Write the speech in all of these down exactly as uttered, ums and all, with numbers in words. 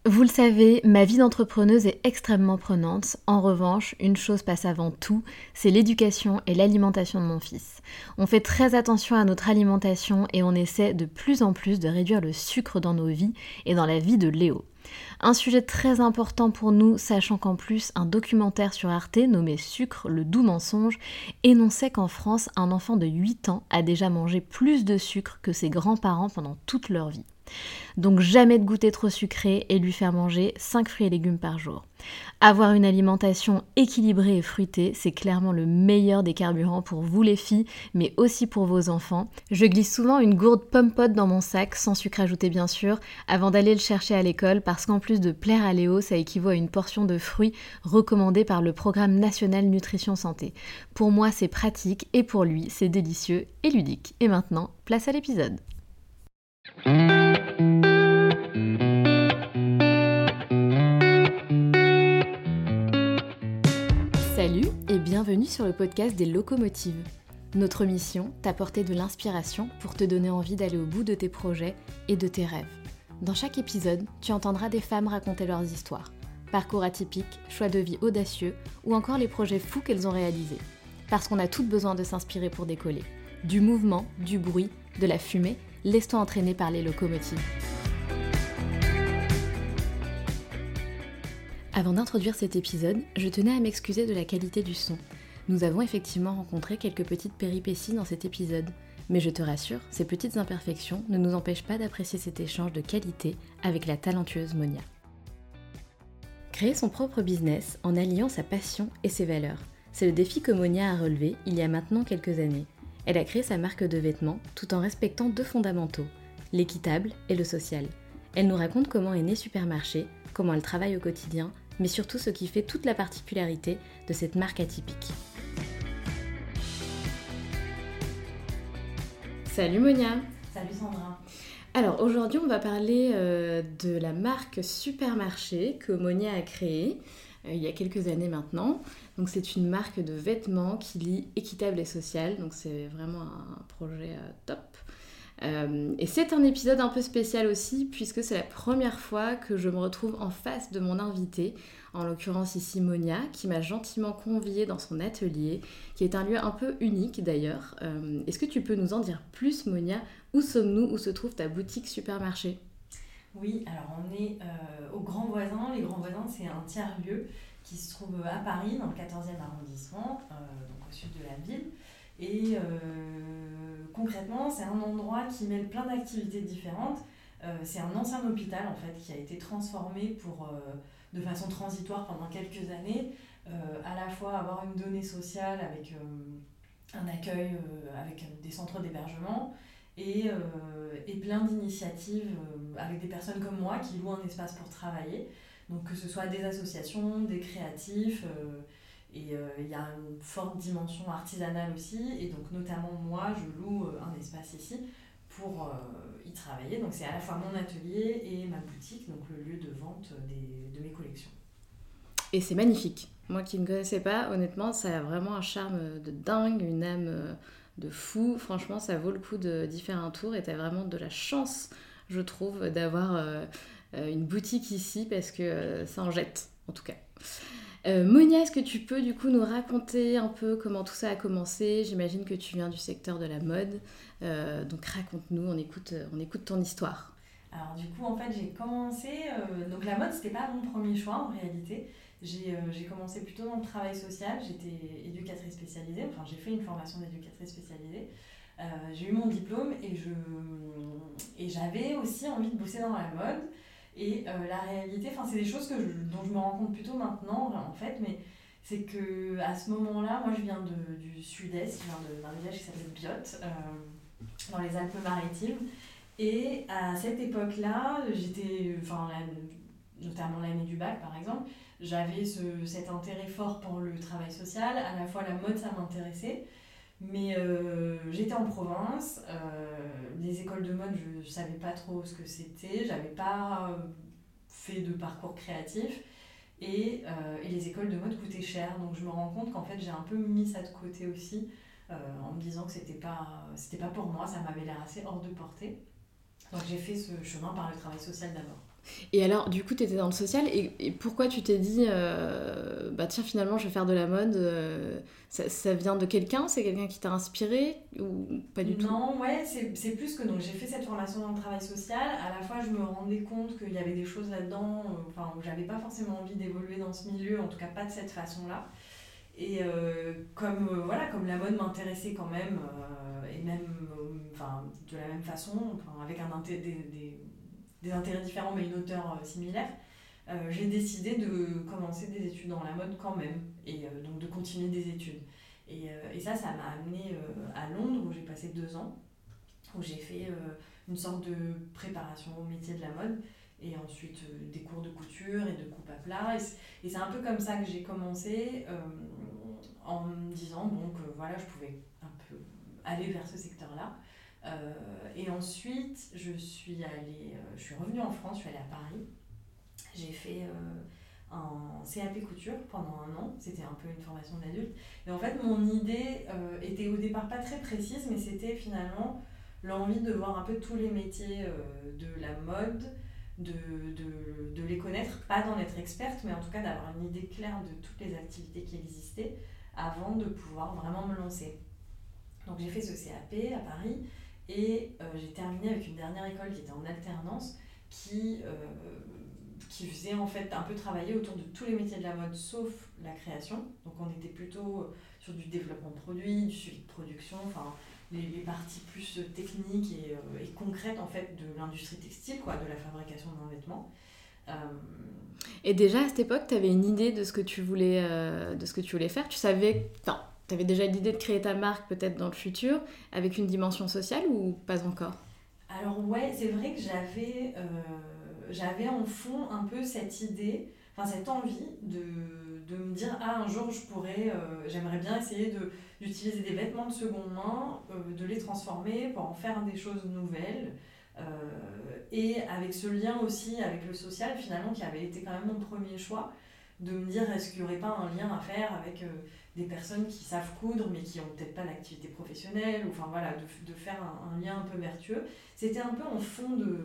Vous le savez, ma vie d'entrepreneuse est extrêmement prenante. En revanche, une chose passe avant tout, c'est l'éducation et l'alimentation de mon fils. On fait très attention à notre alimentation et on essaie de plus en plus de réduire le sucre dans nos vies et dans la vie de Léo. Un sujet très important pour nous, sachant qu'en plus, un documentaire sur Arte nommé Sucre, le doux mensonge, énonçait qu'en France, un enfant de huit ans a déjà mangé plus de sucre que ses grands-parents pendant toute leur vie. Donc jamais de goûter trop sucré et lui faire manger cinq fruits et légumes par jour. Avoir une alimentation équilibrée et fruitée, c'est clairement le meilleur des carburants pour vous les filles, mais aussi pour vos enfants. Je glisse souvent une gourde pomme-pote dans mon sac, sans sucre ajouté bien sûr, avant d'aller le chercher à l'école, parce qu'en plus de plaire à Léo, ça équivaut à une portion de fruits recommandée par le Programme National Nutrition Santé. Pour moi, c'est pratique et pour lui, c'est délicieux et ludique. Et maintenant, place à l'épisode. Salut et bienvenue sur le podcast des locomotives. Notre mission, t'apporter de l'inspiration pour te donner envie d'aller au bout de tes projets et de tes rêves. Dans chaque épisode, tu entendras des femmes raconter leurs histoires, parcours atypiques, choix de vie audacieux ou encore les projets fous qu'elles ont réalisés. Parce qu'on a toutes besoin de s'inspirer pour décoller. Du mouvement, du bruit, de la fumée, laisse-toi entraîner par les locomotives. Avant d'introduire cet épisode, je tenais à m'excuser de la qualité du son. Nous avons effectivement rencontré quelques petites péripéties dans cet épisode, mais je te rassure, ces petites imperfections ne nous empêchent pas d'apprécier cet échange de qualité avec la talentueuse Monia. Créer son propre business en alliant sa passion et ses valeurs, c'est le défi que Monia a relevé il y a maintenant quelques années. Elle a créé sa marque de vêtements tout en respectant deux fondamentaux, l'équitable et le social. Elle nous raconte comment est né Supermarché, comment elle travaille au quotidien, mais surtout ce qui fait toute la particularité de cette marque atypique. Salut Monia. Salut Sandra. Alors aujourd'hui on va parler euh, de la marque Supermarché que Monia a créée euh, il y a quelques années maintenant. Donc c'est une marque de vêtements qui lie équitable et social, donc c'est vraiment un projet euh, top. Euh, et c'est un épisode un peu spécial aussi puisque c'est la première fois que je me retrouve en face de mon invité, en l'occurrence ici Monia, qui m'a gentiment conviée dans son atelier, qui est un lieu un peu unique d'ailleurs. Euh, est-ce que tu peux nous en dire plus Monia? Où sommes-nous? Où se trouve ta boutique Supermarché? Oui, alors on est euh, au Grand Voisin. Les Grands Voisins, c'est un tiers-lieu qui se trouve à Paris, dans le quatorzième arrondissement, euh, donc au sud de la ville. Et euh, concrètement, c'est un endroit qui mêle plein d'activités différentes. Euh, c'est un ancien hôpital en fait qui a été transformé pour, euh, de façon transitoire pendant quelques années, euh, à la fois avoir une donnée sociale avec euh, un accueil, euh, avec des centres d'hébergement et, euh, et plein d'initiatives euh, avec des personnes comme moi qui louent un espace pour travailler. Donc que ce soit des associations, des créatifs. Euh, Et il euh, y a une forte dimension artisanale aussi, et donc notamment moi, je loue euh, un espace ici pour euh, y travailler. Donc c'est à la fois mon atelier et ma boutique, donc le lieu de vente des, de mes collections. Et c'est magnifique. Moi qui ne connaissais pas, honnêtement, ça a vraiment un charme de dingue, une âme de fou. Franchement, ça vaut le coup de, d'y faire un tour, et tu as vraiment de la chance, je trouve, d'avoir euh, une boutique ici, parce que euh, ça en jette, en tout cas. Euh, Monia, est-ce que tu peux du coup nous raconter un peu comment tout ça a commencé? J'imagine que tu viens du secteur de la mode, euh, donc raconte-nous, on écoute, on écoute ton histoire. Alors du coup, en fait, j'ai commencé... Euh, donc la mode, c'était pas mon premier choix en réalité. J'ai, euh, j'ai commencé plutôt dans le travail social. J'étais éducatrice spécialisée, enfin j'ai fait une formation d'éducatrice spécialisée. Euh, j'ai eu mon diplôme et, je, et j'avais aussi envie de bosser dans la mode. Et euh, la réalité, c'est des choses que je, dont je me rends compte plutôt maintenant en fait, mais c'est qu'à ce moment-là, moi je viens de, du sud-est, je viens de, d'un village qui s'appelle Biot, euh, dans les Alpes-Maritimes. Et à cette époque-là, j'étais, enfin, la, notamment l'année du bac par exemple, j'avais ce, cet intérêt fort pour le travail social, à la fois la mode ça m'intéressait, mais euh, j'étais en province, euh, les écoles de mode je ne savais pas trop ce que c'était, j'avais pas fait de parcours créatif et, euh, et les écoles de mode coûtaient cher, donc je me rends compte qu'en fait j'ai un peu mis ça de côté aussi, euh, en me disant que c'était pas, c'était pas pour moi, ça m'avait l'air assez hors de portée. Donc j'ai fait ce chemin par le travail social d'abord. Et alors, du coup, tu étais dans le social, et, et pourquoi tu t'es dit, euh, bah tiens, finalement, je vais faire de la mode, euh, ça, ça vient de quelqu'un? C'est quelqu'un qui t'a inspiré ou pas du tout? Non, ouais, c'est c'est plus que donc j'ai fait cette formation dans le travail social. À la fois, je me rendais compte qu'il y avait des choses là-dedans, euh, enfin, où j'avais pas forcément envie d'évoluer dans ce milieu, en tout cas pas de cette façon-là. Et euh, comme, euh, voilà, comme la mode m'intéressait quand même, euh, et même euh, enfin, de la même façon, enfin, avec un inté- des, des- des intérêts différents mais une hauteur euh, similaire, euh, j'ai décidé de commencer des études dans la mode quand même, et euh, donc de continuer des études. Et, euh, et ça, ça m'a amené euh, à Londres où j'ai passé deux ans, où j'ai fait euh, une sorte de préparation au métier de la mode, et ensuite euh, des cours de couture et de coupe à plat. Et c'est, et c'est un peu comme ça que j'ai commencé, euh, en me disant bon, que voilà, je pouvais un peu aller vers ce secteur-là. Euh, et ensuite, je suis, allée, euh, je suis revenue en France, je suis allée à Paris. J'ai fait euh, un C A P couture pendant un an, c'était un peu une formation d'adulte. Et en fait, mon idée euh, était au départ pas très précise, mais c'était finalement l'envie de voir un peu tous les métiers euh, de la mode, de, de, de les connaître, pas d'en être experte, mais en tout cas d'avoir une idée claire de toutes les activités qui existaient avant de pouvoir vraiment me lancer. Donc j'ai fait ce C A P à Paris, et euh, j'ai terminé avec une dernière école qui était en alternance, qui, euh, qui faisait en fait un peu travailler autour de tous les métiers de la mode sauf la création. Donc on était plutôt sur du développement de produits, du suivi de production, enfin les, les parties plus techniques et, euh, et concrètes en fait de l'industrie textile, quoi, de la fabrication d'un vêtement. Euh, Et déjà, à cette époque, tu avais une idée de ce que tu voulais, euh, de ce que tu voulais faire? Tu savais... Enfin, tu avais déjà l'idée de créer ta marque peut-être dans le futur, avec une dimension sociale ou pas encore? Alors ouais, c'est vrai que j'avais euh, j'avais en fond un peu cette idée, enfin cette envie de, de me dire ah un jour je pourrais, euh, j'aimerais bien essayer de d'utiliser des vêtements de seconde main, euh, de les transformer pour en faire des choses nouvelles. Euh, et avec ce lien aussi avec le social finalement qui avait été quand même mon premier choix, de me dire est-ce qu'il n'y aurait pas un lien à faire avec euh, des personnes qui savent coudre mais qui n'ont peut-être pas d'activité professionnelle, ou enfin voilà, de, de faire un, un lien un peu vertueux. C'était un peu en fond de,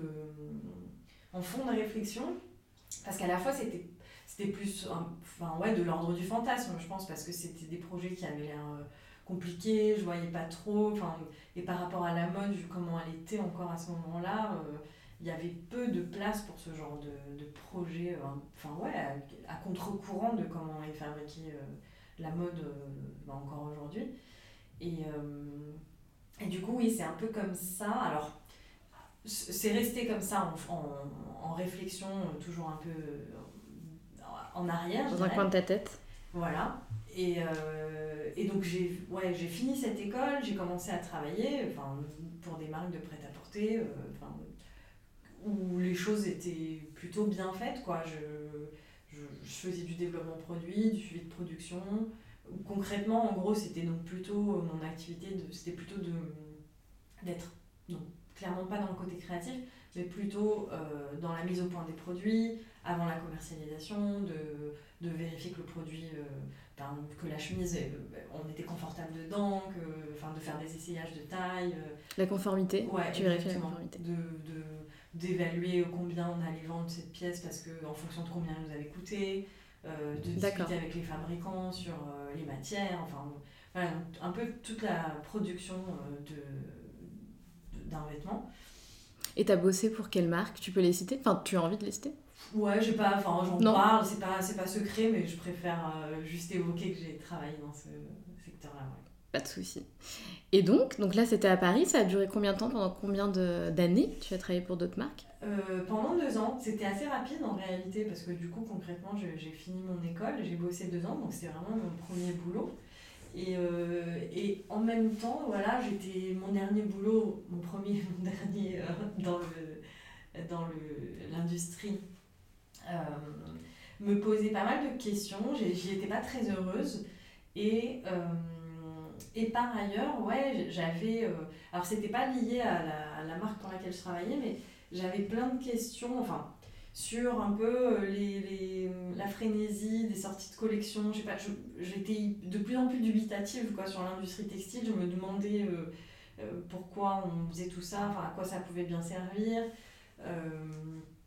en fond de réflexion, parce qu'à la fois c'était, c'était plus enfin, ouais, de l'ordre du fantasme, je pense, parce que c'était des projets qui avaient l'air euh, compliqués, je voyais pas trop, enfin, et par rapport à la mode, vu comment elle était encore à ce moment-là, euh, il y avait peu de place pour ce genre de, de projet, euh, enfin ouais, à, à contre-courant de comment est fabriquée euh, la mode euh, bah, encore aujourd'hui. Et, euh, et du coup, oui, c'est un peu comme ça. Alors, c'est resté comme ça en, en, en réflexion, euh, toujours un peu euh, en arrière, je Dans un coin dirais. de ta tête? Voilà. Et, euh, et donc j'ai ouais, j'ai fini cette école, j'ai commencé à travailler enfin, pour des marques de prêt-à-porter, euh, enfin, où les choses étaient plutôt bien faites, quoi. Je, je, je faisais du développement produit, du suivi de production. Concrètement, en gros, c'était donc plutôt mon activité, de, c'était plutôt de, d'être donc, clairement pas dans le côté créatif, mais plutôt euh, dans la mise au point des produits, avant la commercialisation, de, de vérifier que le produit, euh, ben, que la chemise, euh, on était confortable dedans, que, enfin, de faire des essayages de taille. Euh, La conformité? ouais, Tu vérifies la exactement. conformité. De, de, d'évaluer combien on allait vendre cette pièce parce que, en fonction de combien elle nous avait coûté, euh, de D'accord. discuter avec les fabricants sur euh, les matières, enfin voilà, un peu toute la production euh, de, de- d'un vêtement. Et t'as bossé pour quelle marque? Tu peux les citer? Enfin, tu as envie de les citer? Ouais, j'ai pas, enfin j'en Non? parle, c'est pas, c'est pas secret, mais je préfère euh, juste évoquer que j'ai travaillé dans ce secteur-là. Ouais. Pas de souci. Et donc, donc là, c'était à Paris. Ça a duré combien de temps? Pendant combien de- d'années tu as travaillé pour d'autres marques? Euh, pendant deux ans, c'était assez rapide en réalité, parce que du coup, concrètement, j'ai, j'ai fini mon école, j'ai bossé deux ans, donc c'était vraiment mon premier boulot. Et, euh, et en même temps, voilà, j'étais mon dernier boulot, mon premier, mon dernier euh, dans, le, dans le, l'industrie, euh, me posait pas mal de questions, J'ai- j'y étais pas très heureuse. Et, euh, et par ailleurs, ouais, j'avais. Euh, alors, c'était pas lié à la, à la marque pour laquelle je travaillais, mais j'avais plein de questions, enfin, sur un peu euh, les, les, la frénésie des sorties de collection. Je sais pas, je- j'étais de plus en plus dubitative quoi, sur l'industrie textile. Je me demandais euh, euh, pourquoi on faisait tout ça, enfin, à quoi ça pouvait bien servir. Euh,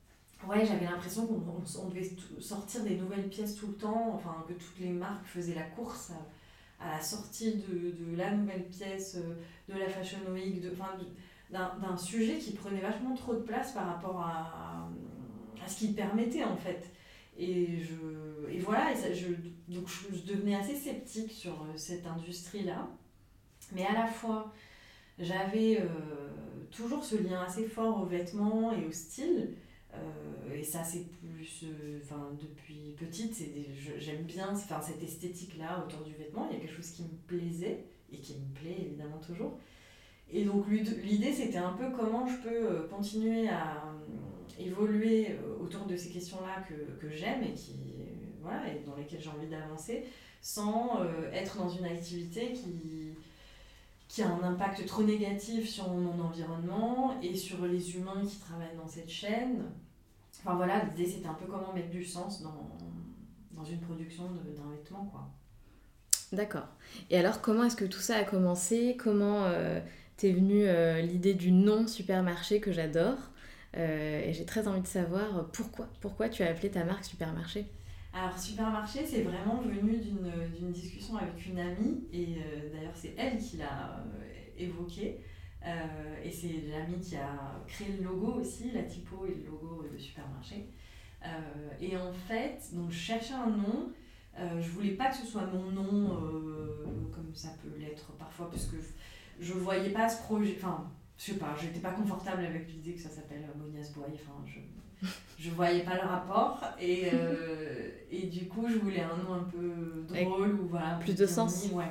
Ouais, j'avais l'impression qu'on on, on devait tout- sortir des nouvelles pièces tout le temps, enfin que toutes les marques faisaient la course à, à la sortie de, de la nouvelle pièce, euh, de la Fashion Week, de, enfin, de- d'un, d'un sujet qui prenait vachement trop de place par rapport à, à ce qu'il permettait en fait. Et, je, et voilà, et ça, je, donc je, je devenais assez sceptique sur euh, cette industrie-là. Mais à la fois, j'avais euh, toujours ce lien assez fort aux vêtements et au style. Euh, et ça, c'est plus. euh, Enfin, depuis petite, c'est des- je- j'aime bien enfin, cette esthétique-là autour du vêtement. Il y a quelque chose qui me plaisait et qui me plaît évidemment toujours. Et donc, l'id- l'idée, c'était un peu comment je peux euh, continuer à euh, évoluer euh, autour de ces questions-là que, que j'aime et, qui, voilà, et dans lesquelles j'ai envie d'avancer sans euh, être dans une activité qui qui a un impact trop négatif sur mon environnement et sur les humains qui travaillent dans cette chaîne. Enfin voilà, l'idée c'était un peu comment mettre du sens dans, dans une production de- d'un vêtement, quoi. D'accord. Et alors, comment est-ce que tout ça a commencé? Comment euh, t'es venue euh, l'idée du nom supermarché que j'adore? Euh, et j'ai très envie de savoir pourquoi. Pourquoi tu as appelé ta marque Supermarché? Alors supermarché, c'est vraiment venu d'une d'une discussion avec une amie et euh, d'ailleurs c'est elle qui l'a euh, évoqué. Euh, et c'est l'amie qui a créé le logo aussi, la typo et le logo de supermarché. Euh, et en fait, donc je cherchais un nom. Euh, je voulais pas que ce soit mon nom euh, comme ça peut l'être parfois, parce que je voyais pas ce projet. Enfin, je sais pas, j'étais pas confortable avec l'idée que ça s'appelle Monia's Boy. Enfin, je, je voyais pas le rapport. Et, euh, et du coup, je voulais un nom un peu Avec drôle ou voilà, plus de bien sens. mis, ouais.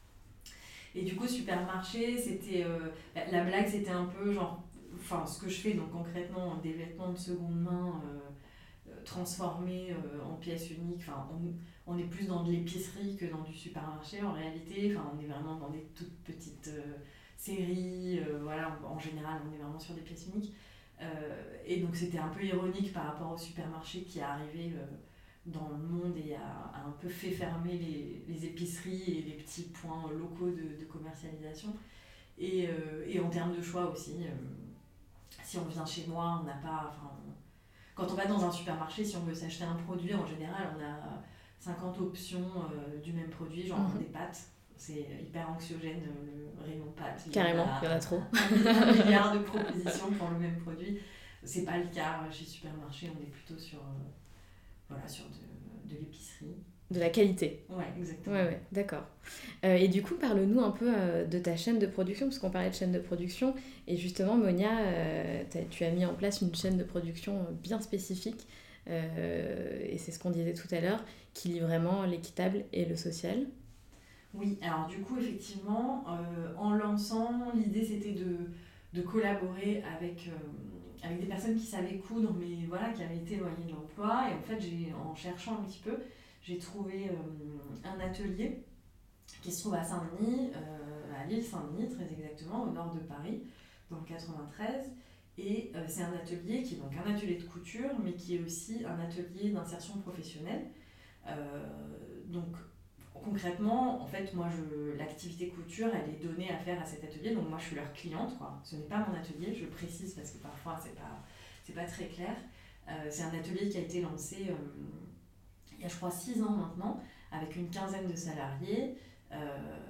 Et du coup, supermarché, c'était. Euh, la, la blague, c'était un peu genre. Enfin, ce que je fais, donc concrètement, des vêtements de seconde main. Euh, euh, transformés euh, en pièces uniques. Enfin, on, on est plus dans de l'épicerie que dans du supermarché en réalité. Enfin, on est vraiment dans des toutes petites euh, séries. Euh, voilà, en, en général, on est vraiment sur des pièces uniques. Euh, et donc, c'était un peu ironique par rapport au supermarché qui est arrivé euh, dans le monde et a, a un peu fait fermer les, les épiceries et les petits points locaux de, de commercialisation. Et, euh, et en termes de choix aussi, euh, si on vient chez moi, on n'a pas. Enfin, quand on va dans un supermarché, si on veut s'acheter un produit, en général, on a cinquante options euh, du même produit, genre Mhm. des pâtes. C'est hyper anxiogène, euh, le rayon pâtes. Il y en Carrément, a il y en a trop. un milliard de propositions pour le même produit. C'est pas le cas chez Supermarché, on est plutôt sur, euh, voilà, sur de, de l'épicerie. De la qualité. Ouais, exactement. Ouais, ouais, d'accord. Euh, et du coup, parle-nous un peu euh, de ta chaîne de production, parce qu'on parlait de chaîne de production. Et justement, Monia, euh, t'as- tu as mis en place une chaîne de production bien spécifique. Euh, et c'est ce qu'on disait tout à l'heure, qui lie vraiment l'équitable et le social. Oui, alors du coup, effectivement, euh, en lançant, l'idée c'était de, de collaborer avec, euh, avec des personnes qui savaient coudre, mais voilà, qui avaient été éloignées de l'emploi. Et en fait, j'ai, en cherchant un petit peu, j'ai trouvé euh, un atelier qui se trouve à Saint-Denis, euh, à l'île Saint-Denis très exactement, au nord de Paris, dans le quatre-vingt-treize. Et euh, c'est un atelier qui est donc un atelier de couture, mais qui est aussi un atelier d'insertion professionnelle. Euh, donc concrètement, en fait, moi, je, l'activité couture, elle est donnée à faire à cet atelier. Donc moi, je suis leur cliente, quoi. Ce n'est pas mon atelier, je précise parce que parfois, c'est pas, c'est pas très clair. Euh, c'est un atelier qui a été lancé euh, il y a, je crois, six ans maintenant, avec une quinzaine de salariés, euh,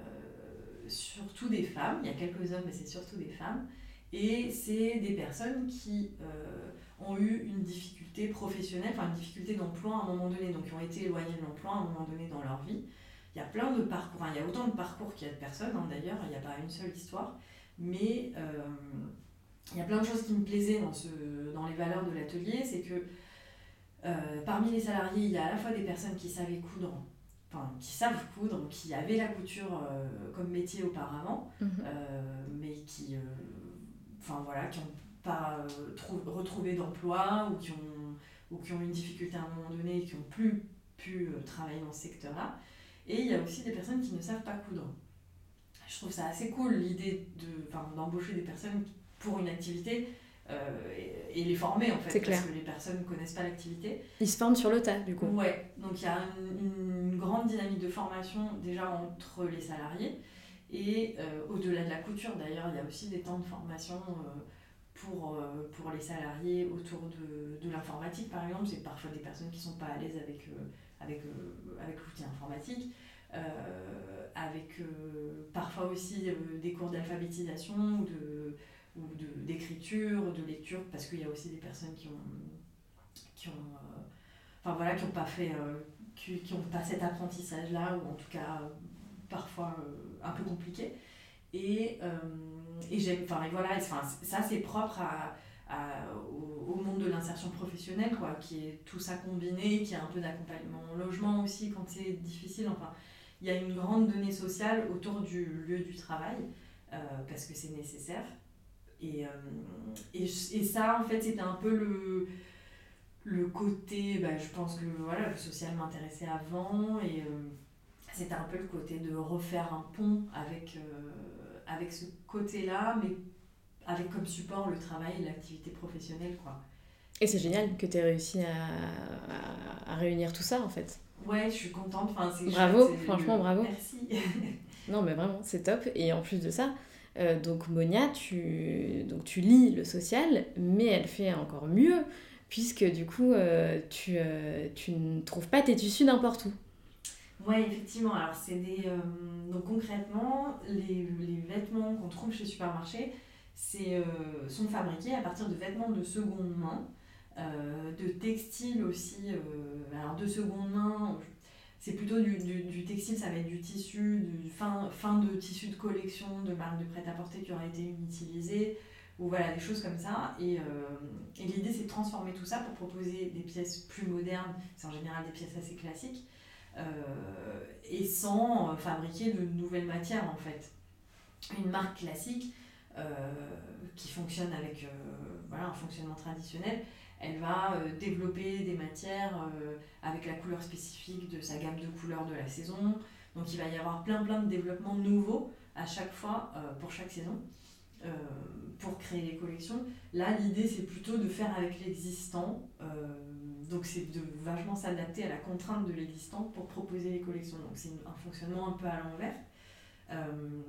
surtout des femmes. Il y a quelques hommes, mais c'est surtout des femmes. Et c'est des personnes qui euh, ont eu une difficulté professionnelle, enfin une difficulté d'emploi à un moment donné, donc qui ont été éloignées de l'emploi à un moment donné dans leur vie. Il y a plein de parcours, hein, il y a autant de parcours qu'il y a de personnes, hein, d'ailleurs, il n'y a pas une seule histoire, mais euh, il y a plein de choses qui me plaisaient dans, ce, dans les valeurs de l'atelier, c'est que euh, parmi les salariés, il y a à la fois des personnes qui savaient coudre, enfin qui savent coudre, qui avaient la couture euh, comme métier auparavant, Mhm. euh, mais qui, euh, enfin voilà, qui n'ont pas euh, trou- retrouvé d'emploi ou qui ont ou qui ont une difficulté à un moment donné et qui n'ont plus pu euh, travailler dans ce secteur-là. Et il y a aussi des personnes qui ne savent pas coudre. Je trouve ça assez cool l'idée de, enfin, d'embaucher des personnes pour une activité euh, et, et les former en fait, C'est parce clair. que les personnes ne connaissent pas l'activité. Ils se forment sur le tas, du coup. Ouais, donc il y a une, une grande dynamique de formation déjà entre les salariés et euh, au-delà de la couture d'ailleurs, il y a aussi des temps de formation euh, pour, euh, pour les salariés autour de, de l'informatique, par exemple. C'est parfois des personnes qui ne sont pas à l'aise avec, euh, avec, euh, avec l'outil informatique. Euh, avec euh, parfois aussi euh, des cours d'alphabétisation ou, de, ou de, d'écriture, de lecture, parce qu'il y a aussi des personnes qui ont, qui ont, euh, enfin, voilà, qui n'ont pas fait, euh, qui, qui ont pas cet apprentissage-là, ou en tout cas euh, parfois euh, un peu compliqué. Et, euh, et j'aime, enfin, et voilà, enfin, ça c'est propre à, à, au, au monde de l'insertion professionnelle, quoi, qui est tout ça combiné, qui a un peu d'accompagnement au logement aussi quand c'est difficile. Enfin, il y a une grande donnée sociale autour du lieu du travail, euh, parce que c'est nécessaire. Et, euh, et, et ça, en fait, c'était un peu le, le côté, bah, je pense que voilà, le social m'intéressait avant, et euh, c'était un peu le côté de refaire un pont avec, euh, avec ce côté-là, mais avec comme support le travail et l'activité professionnelle, quoi. Et c'est génial que tu aies réussi à, à, à réunir tout ça, en fait. Ouais, je suis contente. Enfin, c'est bravo, chouette, c'est franchement, le... bravo. Merci. Non, mais vraiment, c'est top. Et en plus de ça, euh, donc Monia, tu, donc, tu lis le social, mais elle fait encore mieux, puisque du coup, euh, tu, euh, tu ne trouves pas tes tissus n'importe où. Ouais, effectivement. Alors, c'est des... Euh, donc, concrètement, les, les vêtements qu'on trouve chez Supermarché c'est, euh, sont fabriqués à partir de vêtements de seconde main, euh, de textiles aussi. Euh, alors, de seconde main, c'est plutôt du, du, du textile, ça va être du tissu, du fin, fin de tissu de collection, de marque de prêt-à-porter qui aura été utilisé, ou voilà, des choses comme ça. Et, euh, et l'idée, c'est de transformer tout ça pour proposer des pièces plus modernes, c'est en général des pièces assez classiques, euh, et sans fabriquer de nouvelles matières, en fait. Une marque classique euh, qui fonctionne avec euh, voilà, un fonctionnement traditionnel, elle va euh, développer des matières euh, avec la couleur spécifique de sa gamme de couleurs de la saison. Donc il va y avoir plein plein de développements nouveaux à chaque fois euh, pour chaque saison euh, pour créer les collections. Là, l'idée c'est plutôt de faire avec l'existant. Euh, donc c'est de vachement s'adapter à la contrainte de l'existant pour proposer les collections. Donc c'est un fonctionnement un peu à l'envers. Euh,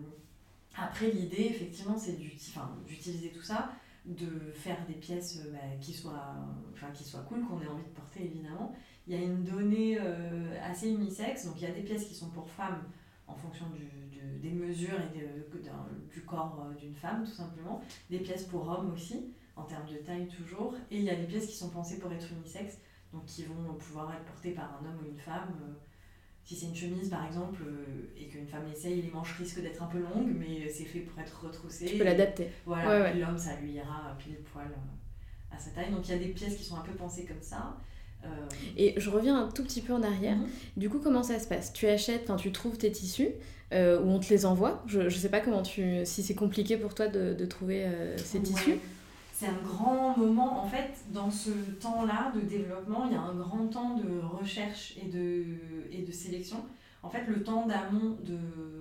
après, l'idée, effectivement, c'est d'utiliser tout ça, de faire des pièces bah, qui, soient, enfin, qui soient cool, qu'on ait envie de porter, évidemment. Il y a une donnée euh, assez unisexe, donc il y a des pièces qui sont pour femmes en fonction du, de, des mesures et de, de, du corps d'une femme, tout simplement. Des pièces pour hommes aussi, en termes de taille toujours. Et il y a des pièces qui sont pensées pour être unisexe, donc qui vont pouvoir être portées par un homme ou une femme. Euh, Si c'est une chemise par exemple euh, et qu'une femme l'essaye, les manches risquent d'être un peu longues, mais c'est fait pour être retroussé. Tu peux l'adapter. Voilà, ouais, ouais. L'homme ça lui ira pile poil euh, à sa taille. Donc il y a des pièces qui sont un peu pensées comme ça. Euh... Et je reviens un tout petit peu en arrière. Mm-hmm. Du coup, comment ça se passe ? Tu achètes, enfin tu trouves tes tissus euh, ou on te les envoie ? Je, je sais pas comment tu, si c'est compliqué pour toi de, de trouver euh, ces ouais. tissus. C'est un grand moment, en fait, dans ce temps-là de développement, il y a un grand temps de recherche et de, et de sélection. En fait, le temps d'amont de,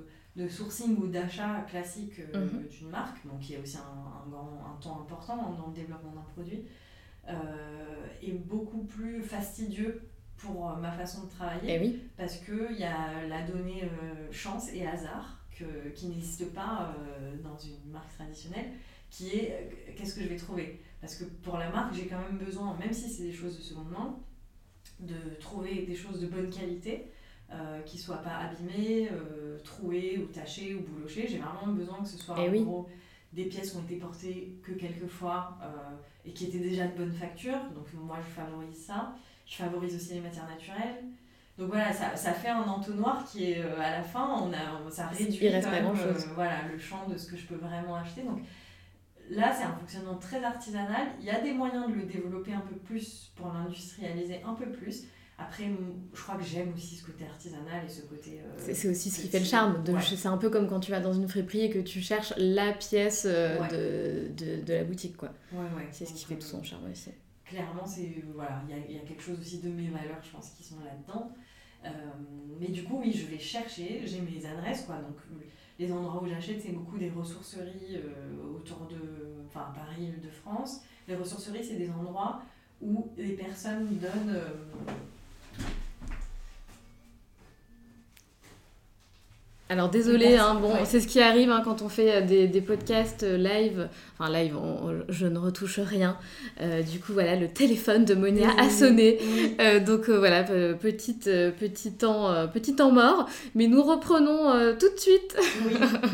de sourcing ou d'achat classique euh, mm-hmm. d'une marque, donc qui est aussi un, un, grand, un temps important dans le développement d'un produit, euh, est beaucoup plus fastidieux pour ma façon de travailler. Et oui. Parce qu'il y a la donnée euh, chance et hasard que, qui n'existe pas euh, dans une marque traditionnelle. Qui est euh, qu'est-ce que je vais trouver, parce que pour la marque j'ai quand même besoin, même si c'est des choses de seconde main, de trouver des choses de bonne qualité euh, qui soient pas abîmées, euh, trouées ou tachées ou boulochées. J'ai vraiment besoin que ce soit en oui. gros des pièces qui ont été portées que quelques fois euh, et qui étaient déjà de bonne facture, donc moi je favorise ça. Je favorise aussi les matières naturelles. Donc voilà, ça, ça fait un entonnoir qui est euh, à la fin, on a, ça réduit il reste quand pas même grand chose. Euh, voilà, le champ de ce que je peux vraiment acheter. Donc là, c'est un fonctionnement très artisanal. Il y a des moyens de le développer un peu plus pour l'industrialiser un peu plus. Après, je crois que j'aime aussi ce côté artisanal et ce côté... Euh, c'est, c'est aussi ce qui fait le charme. De, ouais. C'est un peu comme quand tu vas dans une friperie et que tu cherches la pièce euh, ouais. de, de, de la boutique, quoi. Ouais, ouais. C'est ce qui fait tout son charme aussi. Clairement, c'est, voilà, il y a, y a quelque chose aussi de mes valeurs, je pense, qui sont là-dedans. Euh, mais du coup, oui, je vais chercher. J'ai mes adresses, quoi. Donc, les endroits où j'achète, c'est beaucoup des ressourceries euh, autour de enfin, Paris, Île-de-France. Les ressourceries, c'est des endroits où les personnes donnent... Euh, Alors désolé, hein, bon, ouais. c'est ce qui arrive hein, quand on fait des, des podcasts live. Enfin live, on, on, je ne retouche rien. Euh, du coup voilà, le téléphone de Monia Désolée. a sonné. Oui. Euh, donc euh, voilà, petite, euh, petit, temps, euh, petit temps mort. Mais nous reprenons euh, tout de suite. Oui.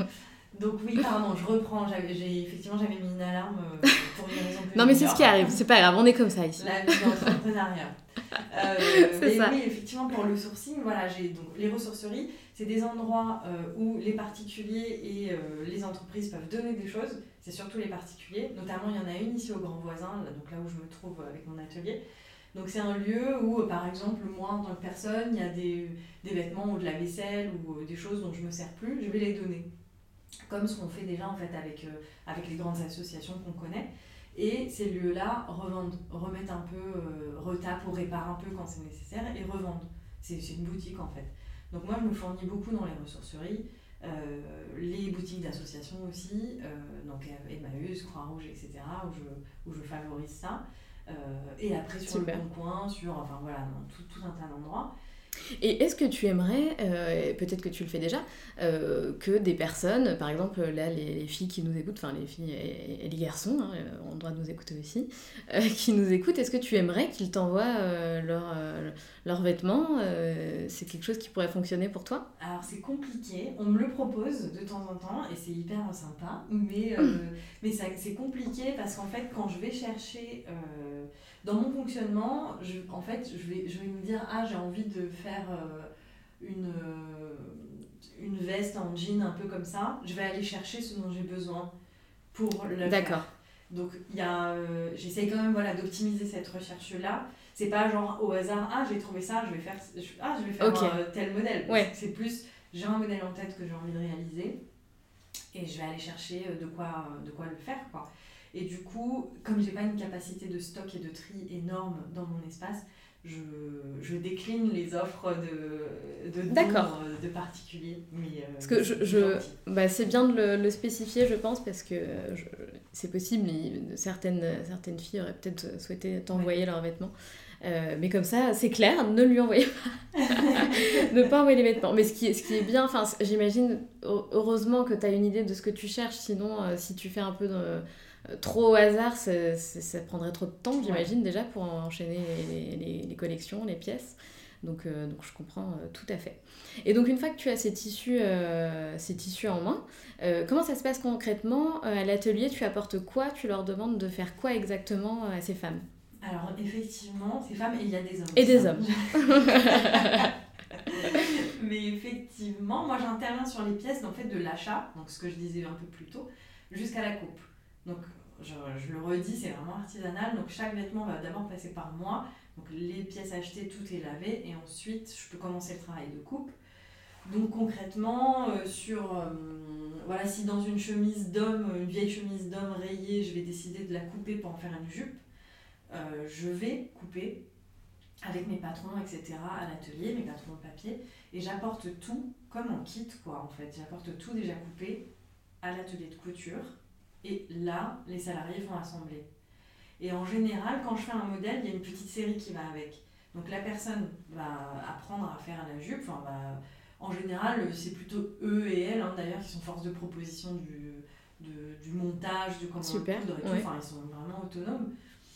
Donc oui, pardon, je reprends. J'avais, j'ai, effectivement, j'avais mis une alarme euh, pour une raison que Non mais c'est ce qui arrive, c'est pas grave, on est comme ça ici. La vie d'entrepreneuriat. Euh, c'est mais ça. oui, effectivement, pour le sourcing, voilà, j'ai donc les ressourceries, c'est des endroits euh, où les particuliers et euh, les entreprises peuvent donner des choses. C'est surtout les particuliers. Notamment, il y en a une ici au Grand Voisin, là, donc là où je me trouve avec mon atelier. Donc c'est un lieu où, par exemple, moi en tant que personne, il y a des, des vêtements ou de la vaisselle ou des choses dont je ne me sers plus, je vais les donner. Comme ce qu'on fait déjà en fait avec, euh, avec les grandes associations qu'on connaît. Et ces lieux-là revendent, remettent un peu, euh, retapent ou réparent un peu quand c'est nécessaire et revendent. C'est, c'est une boutique en fait. Donc moi je me fournis beaucoup dans les ressourceries, euh, les boutiques d'associations aussi, euh, donc Emmaüs, Croix-Rouge, et cetera, où je, où je favorise ça. Euh, et après sur Super. le Bon Coin, sur enfin voilà, dans tout, tout un tas d'endroits. Et est-ce que tu aimerais, euh, peut-être que tu le fais déjà, euh, que des personnes, par exemple là les, les filles qui nous écoutent, enfin les filles et, et les garçons hein, ont le droit de nous écouter aussi, euh, qui nous écoutent, est-ce que tu aimerais qu'ils t'envoient euh, leurs euh, leurs vêtements euh, c'est quelque chose qui pourrait fonctionner pour toi ? Alors c'est compliqué, on me le propose de temps en temps et c'est hyper sympa, mais, euh, mais ça, c'est compliqué parce qu'en fait quand je vais chercher... Euh, dans mon fonctionnement, je, en fait, je vais, je vais me dire, ah, j'ai envie de faire euh, une, euh, une veste en jean un peu comme ça. Je vais aller chercher ce dont j'ai besoin pour le D'accord. faire. Donc, il y a, euh, j'essaie quand même voilà, d'optimiser cette recherche-là. C'est pas genre au hasard, ah, j'ai trouvé ça, je vais faire, je, ah, je vais faire okay. euh, tel modèle. Ouais. C'est plus, j'ai un modèle en tête que j'ai envie de réaliser et je vais aller chercher de quoi, de quoi le faire, quoi. Et du coup, comme j'ai pas une capacité de stock et de tri énorme dans mon espace, je, je décline les offres de, de dons de particuliers. Mais, euh, parce que je, je, bah c'est bien de le, le spécifier, je pense, parce que je, c'est possible, certaines, certaines filles auraient peut-être souhaité t'envoyer ouais. leurs vêtements. Euh, mais comme ça, c'est clair, ne lui envoyez pas. Ne pas envoyer les vêtements. Mais ce qui, ce qui est bien, j'imagine, heureusement que tu as une idée de ce que tu cherches, sinon, euh, si tu fais un peu... De, trop au hasard, ça, ça, ça prendrait trop de temps, j'imagine, ouais. déjà, pour enchaîner les, les, les collections, les pièces. Donc, euh, donc je comprends euh, tout à fait. Et donc, une fois que tu as ces tissus, euh, ces tissus en main, euh, comment ça se passe concrètement à l'atelier ? Tu apportes quoi ? Tu leur demandes de faire quoi exactement à ces femmes ? Alors, effectivement, ces femmes, et il y a des hommes. Et des hommes. Mais effectivement, moi, j'interviens sur les pièces, en fait, de l'achat, donc ce que je disais un peu plus tôt, jusqu'à la coupe. Donc, je, je le redis, c'est vraiment artisanal. Donc, chaque vêtement va d'abord passer par moi. Donc, les pièces achetées, tout est lavé. Et ensuite, je peux commencer le travail de coupe. Donc, concrètement, euh, sur... Euh, voilà, si dans une chemise d'homme, une vieille chemise d'homme rayée, je vais décider de la couper pour en faire une jupe, euh, je vais couper avec mes patrons, et cetera, à l'atelier, mes patrons de papier. Et j'apporte tout comme en kit, quoi, en fait. J'apporte tout déjà coupé à l'atelier de couture. Et là, les salariés vont assembler. Et en général, quand je fais un modèle, il y a une petite série qui va avec. Donc la personne va apprendre à faire la jupe. Enfin, va... En général, c'est plutôt eux et elles, hein, d'ailleurs, qui sont force de proposition du, de, du montage, du comment Super, coudre et tout. ouais. Enfin, ils sont vraiment autonomes.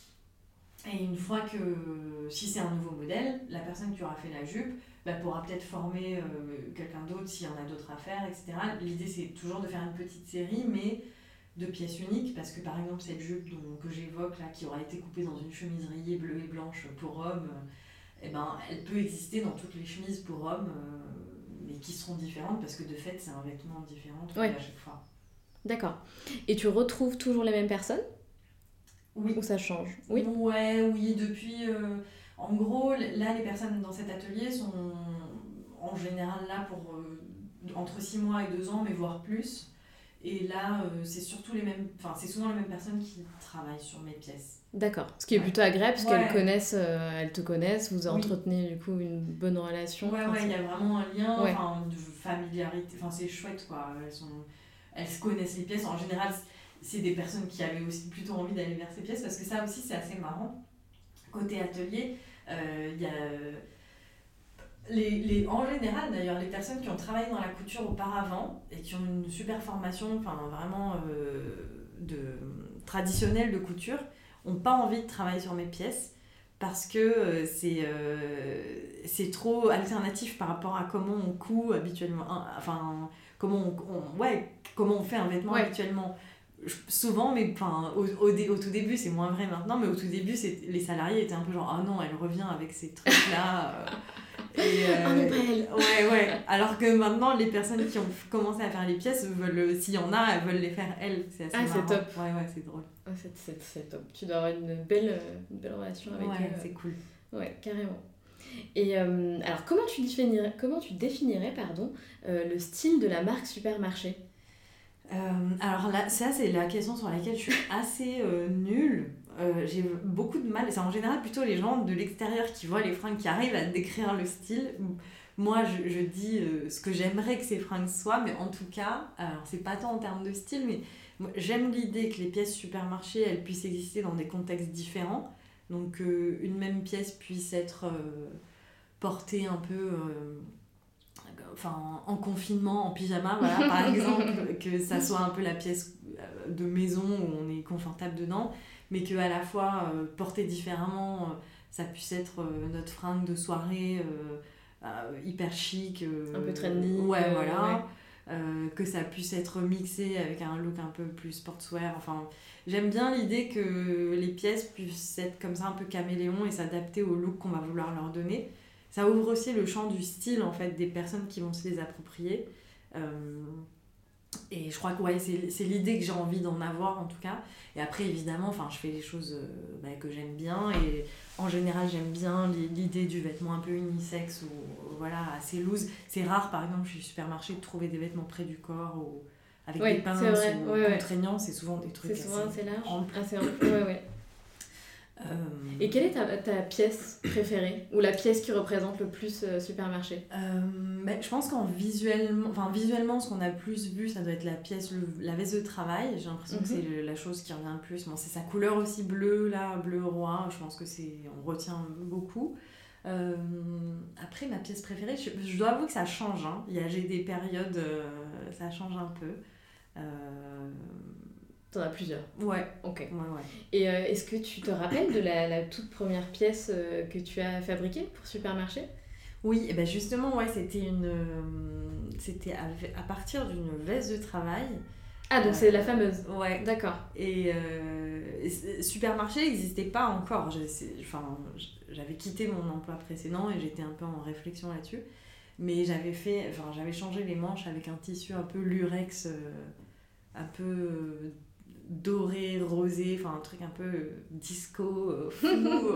Et une fois que, si c'est un nouveau modèle, la personne qui aura fait la jupe bah, pourra peut-être former euh, quelqu'un d'autre s'il y en a d'autres à faire, et cetera. L'idée, c'est toujours de faire une petite série, mais de pièces uniques, parce que par exemple cette jupe dont, que j'évoque là, qui aura été coupée dans une chemise rayée bleue et blanche pour homme, euh, eh ben, elle peut exister dans toutes les chemises pour hommes, euh, mais qui seront différentes, parce que de fait c'est un vêtement différent ouais. à chaque fois. D'accord. Et tu retrouves toujours les mêmes personnes ? Oui. Ou ça change ? Oui. Ouais, oui, depuis... Euh, en gros, là les personnes dans cet atelier sont en général là pour euh, entre six mois et deux ans, mais voire plus. Et là, euh, c'est surtout les mêmes, enfin c'est souvent les mêmes personnes qui travaillent sur mes pièces. D'accord. Ce qui est ouais. plutôt agréable parce ouais. qu'elles connaissent, euh, elles te connaissent, vous entretenez oui. du coup une bonne relation. Ouais, enfin, ouais, il y a vraiment un lien, ouais. enfin de familiarité. Enfin c'est chouette quoi. Elles sont, elles se connaissent les pièces. En général, c'est des personnes qui avaient aussi plutôt envie d'aller vers ces pièces parce que ça aussi c'est assez marrant. Côté atelier, il euh, y a Les, les, en général, d'ailleurs, les personnes qui ont travaillé dans la couture auparavant et qui ont une super formation, enfin vraiment euh, de, traditionnelle de couture, n'ont pas envie de travailler sur mes pièces parce que euh, c'est, euh, c'est trop alternatif par rapport à comment on coud habituellement. Enfin, comment on, on, ouais, comment on fait un vêtement ouais. habituellement. Souvent, mais enfin, au, au, dé, au tout début, c'est moins vrai maintenant, mais au tout début, c'est, les salariés étaient un peu genre « Ah non, elle revient avec ces trucs-là. Euh, » Et euh, oh non, pas elle. Ouais, ouais. Alors que maintenant, les personnes qui ont commencé à faire les pièces, veulent, s'il y en a, elles veulent les faire elles. C'est assez ah, marrant. c'est top. Ouais, ouais, c'est drôle. Oh, c'est, c'est, c'est top. Tu dois avoir une belle, une belle relation avec ouais, eux. Ouais, c'est cool. Ouais, carrément. Et euh, alors, comment tu définirais, comment tu définirais pardon, euh, le style de la marque Supermarché ? Euh, alors là, ça c'est la question sur laquelle je suis assez euh, nulle. Euh, j'ai beaucoup de mal, c'est en général plutôt les gens de l'extérieur qui voient les fringues qui arrivent à décrire le style. Moi je, je dis euh, ce que j'aimerais que ces fringues soient, mais en tout cas, alors c'est pas tant en termes de style, mais moi, j'aime l'idée que les pièces Supermarché elles puissent exister dans des contextes différents. Donc euh, une même pièce puisse être euh, portée un peu... Euh, Enfin, en confinement, en pyjama, voilà, par exemple, que ça soit un peu la pièce de maison où on est confortable dedans, mais qu'à la fois, euh, porté différemment, euh, ça puisse être euh, notre fringue de soirée euh, euh, hyper chic. Euh, un peu trendy. Ouais, euh, voilà. Ouais. Euh, que ça puisse être mixé avec un look un peu plus sportswear. Enfin, j'aime bien l'idée que les pièces puissent être comme ça un peu caméléon et s'adapter au look qu'on va vouloir leur donner. Ça ouvre aussi le champ du style en fait des personnes qui vont se les approprier. Euh, et je crois que ouais, c'est, c'est l'idée que j'ai envie d'en avoir en tout cas. Et après évidemment, enfin, je fais les choses euh, bah, que j'aime bien et en général j'aime bien l'idée du vêtement un peu unisexe ou voilà, assez loose. C'est rare par exemple chez Supermarché de trouver des vêtements près du corps ou avec ouais, des pinces c'est ou ouais, contraignants, ouais. C'est souvent des trucs c'est souvent assez, assez large. amples. Assez ample. Ouais, ouais. Euh... Et quelle est ta, ta pièce préférée ou la pièce qui représente le plus euh, Supermarché ? euh, bah, Je pense qu'en visuellement, enfin, visuellement, ce qu'on a le plus vu, ça doit être la pièce, le, la veste de travail. J'ai l'impression mm-hmm. que c'est le, la chose qui revient le plus. Bon, c'est sa couleur aussi bleue, là, bleu roi. Je pense que c'est, on retient beaucoup. Euh, après, ma pièce préférée, je, je dois avouer que ça change. Hein. Il y a, j'ai des périodes, euh, ça change un peu. Euh... T'en as plusieurs. Ouais. Ok. Ouais, ouais. Et euh, est-ce que tu te rappelles de la, la toute première pièce euh, que tu as fabriquée pour Supermarché ? Oui, et ben justement, ouais, c'était une, euh, c'était à, à partir d'une veste de travail. Ah, donc euh, c'est la fameuse. Ouais. D'accord. Et, euh, et Supermarché n'existait pas encore. Enfin, j'avais quitté mon emploi précédent et j'étais un peu en réflexion là-dessus. Mais j'avais fait, enfin, j'avais changé les manches avec un tissu un peu lurex, euh, un peu euh, doré, rosé, enfin un truc un peu disco, euh, fou.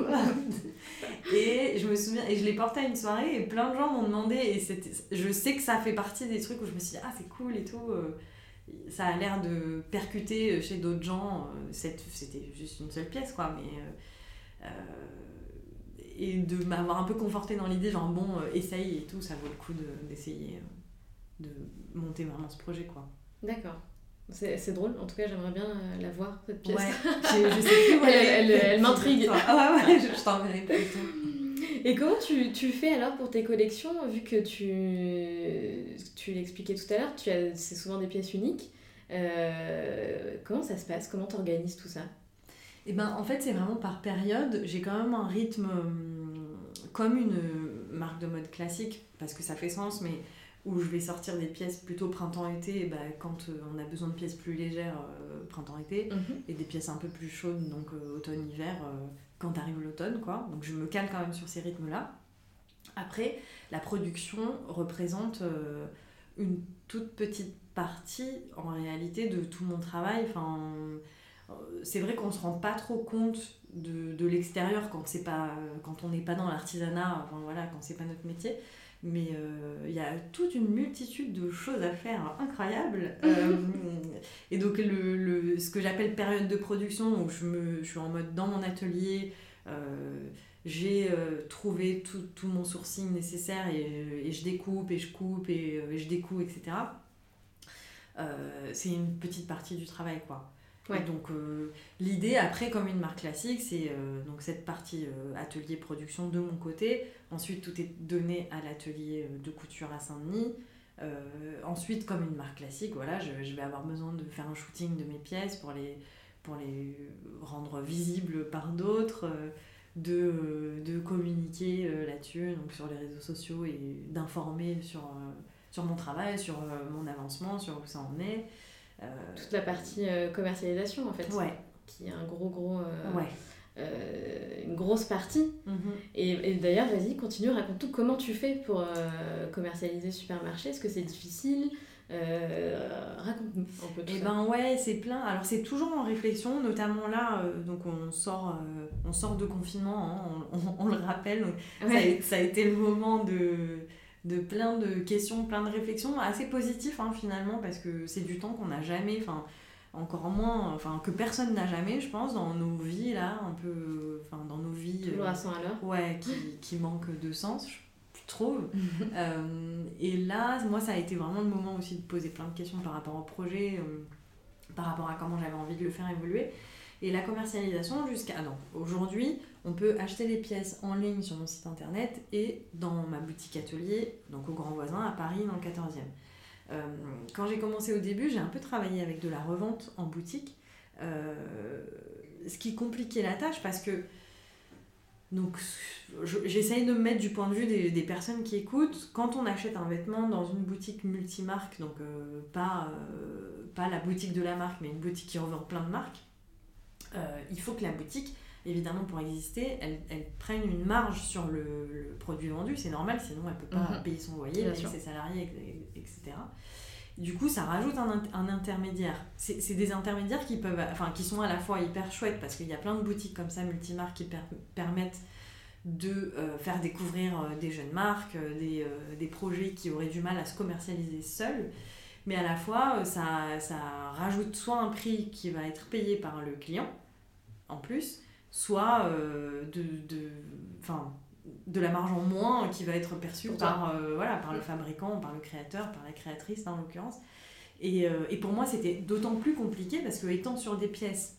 Et je me souviens, et je l'ai porté à une soirée et plein de gens m'ont demandé, et c'était, je sais que ça fait partie des trucs où je me suis dit, ah c'est cool et tout. Euh, ça a l'air de percuter chez d'autres gens. C'était juste une seule pièce, quoi, mais... Euh, euh, et de m'avoir un peu confortée dans l'idée, genre, bon, euh, essaye et tout, ça vaut le coup de, d'essayer de monter vraiment ce projet, quoi. D'accord. C'est, c'est drôle, en tout cas, j'aimerais bien euh, la voir, cette pièce. Ouais, je, je sais plus où elle, elle, elle, elle m'intrigue. Ah ouais, ouais, je, je t'enverrai pas du tout. Et comment tu, tu fais alors pour tes collections, vu que tu, tu l'expliquais tout à l'heure, tu as, c'est souvent des pièces uniques. Euh, comment ça se passe ? Comment tu organises tout ça ? Eh ben, en fait, c'est vraiment par période. J'ai quand même un rythme comme une marque de mode classique, parce que ça fait sens, mais où je vais sortir des pièces plutôt printemps-été, bah, quand on a besoin de pièces plus légères, euh, printemps-été, mm-hmm. et des pièces un peu plus chaudes, donc euh, automne-hiver, euh, quand arrive l'automne, quoi. Donc je me cale quand même sur ces rythmes-là. Après, la production représente euh, une toute petite partie, en réalité, de tout mon travail. Enfin, euh, c'est vrai qu'on ne se rend pas trop compte de, de l'extérieur quand, c'est pas, quand on n'est pas dans l'artisanat, enfin, voilà, quand c'est pas notre métier. Mais il euh, y a toute une multitude de choses à faire incroyables. euh, et donc, le, le, ce que j'appelle période de production, où je, me, je suis en mode dans mon atelier, euh, j'ai euh, trouvé tout, tout mon sourcing nécessaire et, et je découpe et je coupe et, et je découpe, et cetera. Euh, c'est une petite partie du travail, quoi. Ouais. Et donc euh, l'idée après, comme une marque classique, c'est euh, donc cette partie euh, atelier production de mon côté. Ensuite tout est donné à l'atelier de couture à Saint-Denis. Euh, ensuite, comme une marque classique, voilà, je, je vais avoir besoin de faire un shooting de mes pièces pour les, pour les rendre visibles par d'autres, euh, de, de communiquer euh, là-dessus, donc sur les réseaux sociaux, et d'informer sur, euh, sur mon travail, sur euh, mon avancement, sur où ça en est. Euh, Toute la partie euh, commercialisation, en fait, ouais. qui est un gros, gros... Euh... Ouais. Euh, une grosse partie. Mm-hmm. Et, et d'ailleurs, vas-y, continue, raconte tout. Comment tu fais pour euh, commercialiser Supermarché? Est-ce que c'est difficile? euh, Raconte-nous un peu tout et ça. Eh ben ouais, c'est plein. Alors c'est toujours en réflexion, notamment là, euh, donc on sort, euh, on sort de confinement, hein, on, on, on le rappelle. Donc ouais. ça, a, ça a été le moment de, de plein de questions, plein de réflexions, assez positifs hein, finalement, parce que c'est du temps qu'on n'a jamais... Enfin, encore moins, enfin que personne n'a jamais, je pense, dans nos vies là, un peu, enfin dans nos vies toujours à cent à l'heure, ouais, qui, qui manquent de sens, je trouve. euh, et là, moi, ça a été vraiment le moment aussi de poser plein de questions par rapport au projet, euh, par rapport à comment j'avais envie de le faire évoluer. Et la commercialisation, jusqu'à non, aujourd'hui, on peut acheter les pièces en ligne sur mon site internet et dans ma boutique atelier, donc au Grand Voisin à Paris dans le quatorzième. Euh, quand j'ai commencé au début, j'ai un peu travaillé avec de la revente en boutique, euh, ce qui compliquait la tâche parce que donc, je, j'essaye de me mettre du point de vue des, des personnes qui écoutent. Quand on achète un vêtement dans une boutique multimarque, donc euh, pas, euh, pas la boutique de la marque, mais une boutique qui revend plein de marques, euh, il faut que la boutique, évidemment pour exister, elle, elle prenne une marge sur le, le produit vendu, c'est normal, sinon elle ne peut pas mmh. payer son loyer, payer ses salariés, et cetera. Du coup, ça rajoute un, un intermédiaire. C'est, c'est des intermédiaires qui, peuvent, enfin, qui sont à la fois hyper chouettes, parce qu'il y a plein de boutiques comme ça, multimarques, qui per, permettent de euh, faire découvrir euh, des jeunes marques, euh, des, euh, des projets qui auraient du mal à se commercialiser seuls. Mais à la fois, euh, ça, ça rajoute soit un prix qui va être payé par le client, en plus, soit euh, de, de, enfin, de la marge en moins qui va être perçue par, euh, voilà, par le fabricant, par le créateur, par la créatrice en l'occurrence. Et, euh, et pour moi, c'était d'autant plus compliqué parce que étant sur des pièces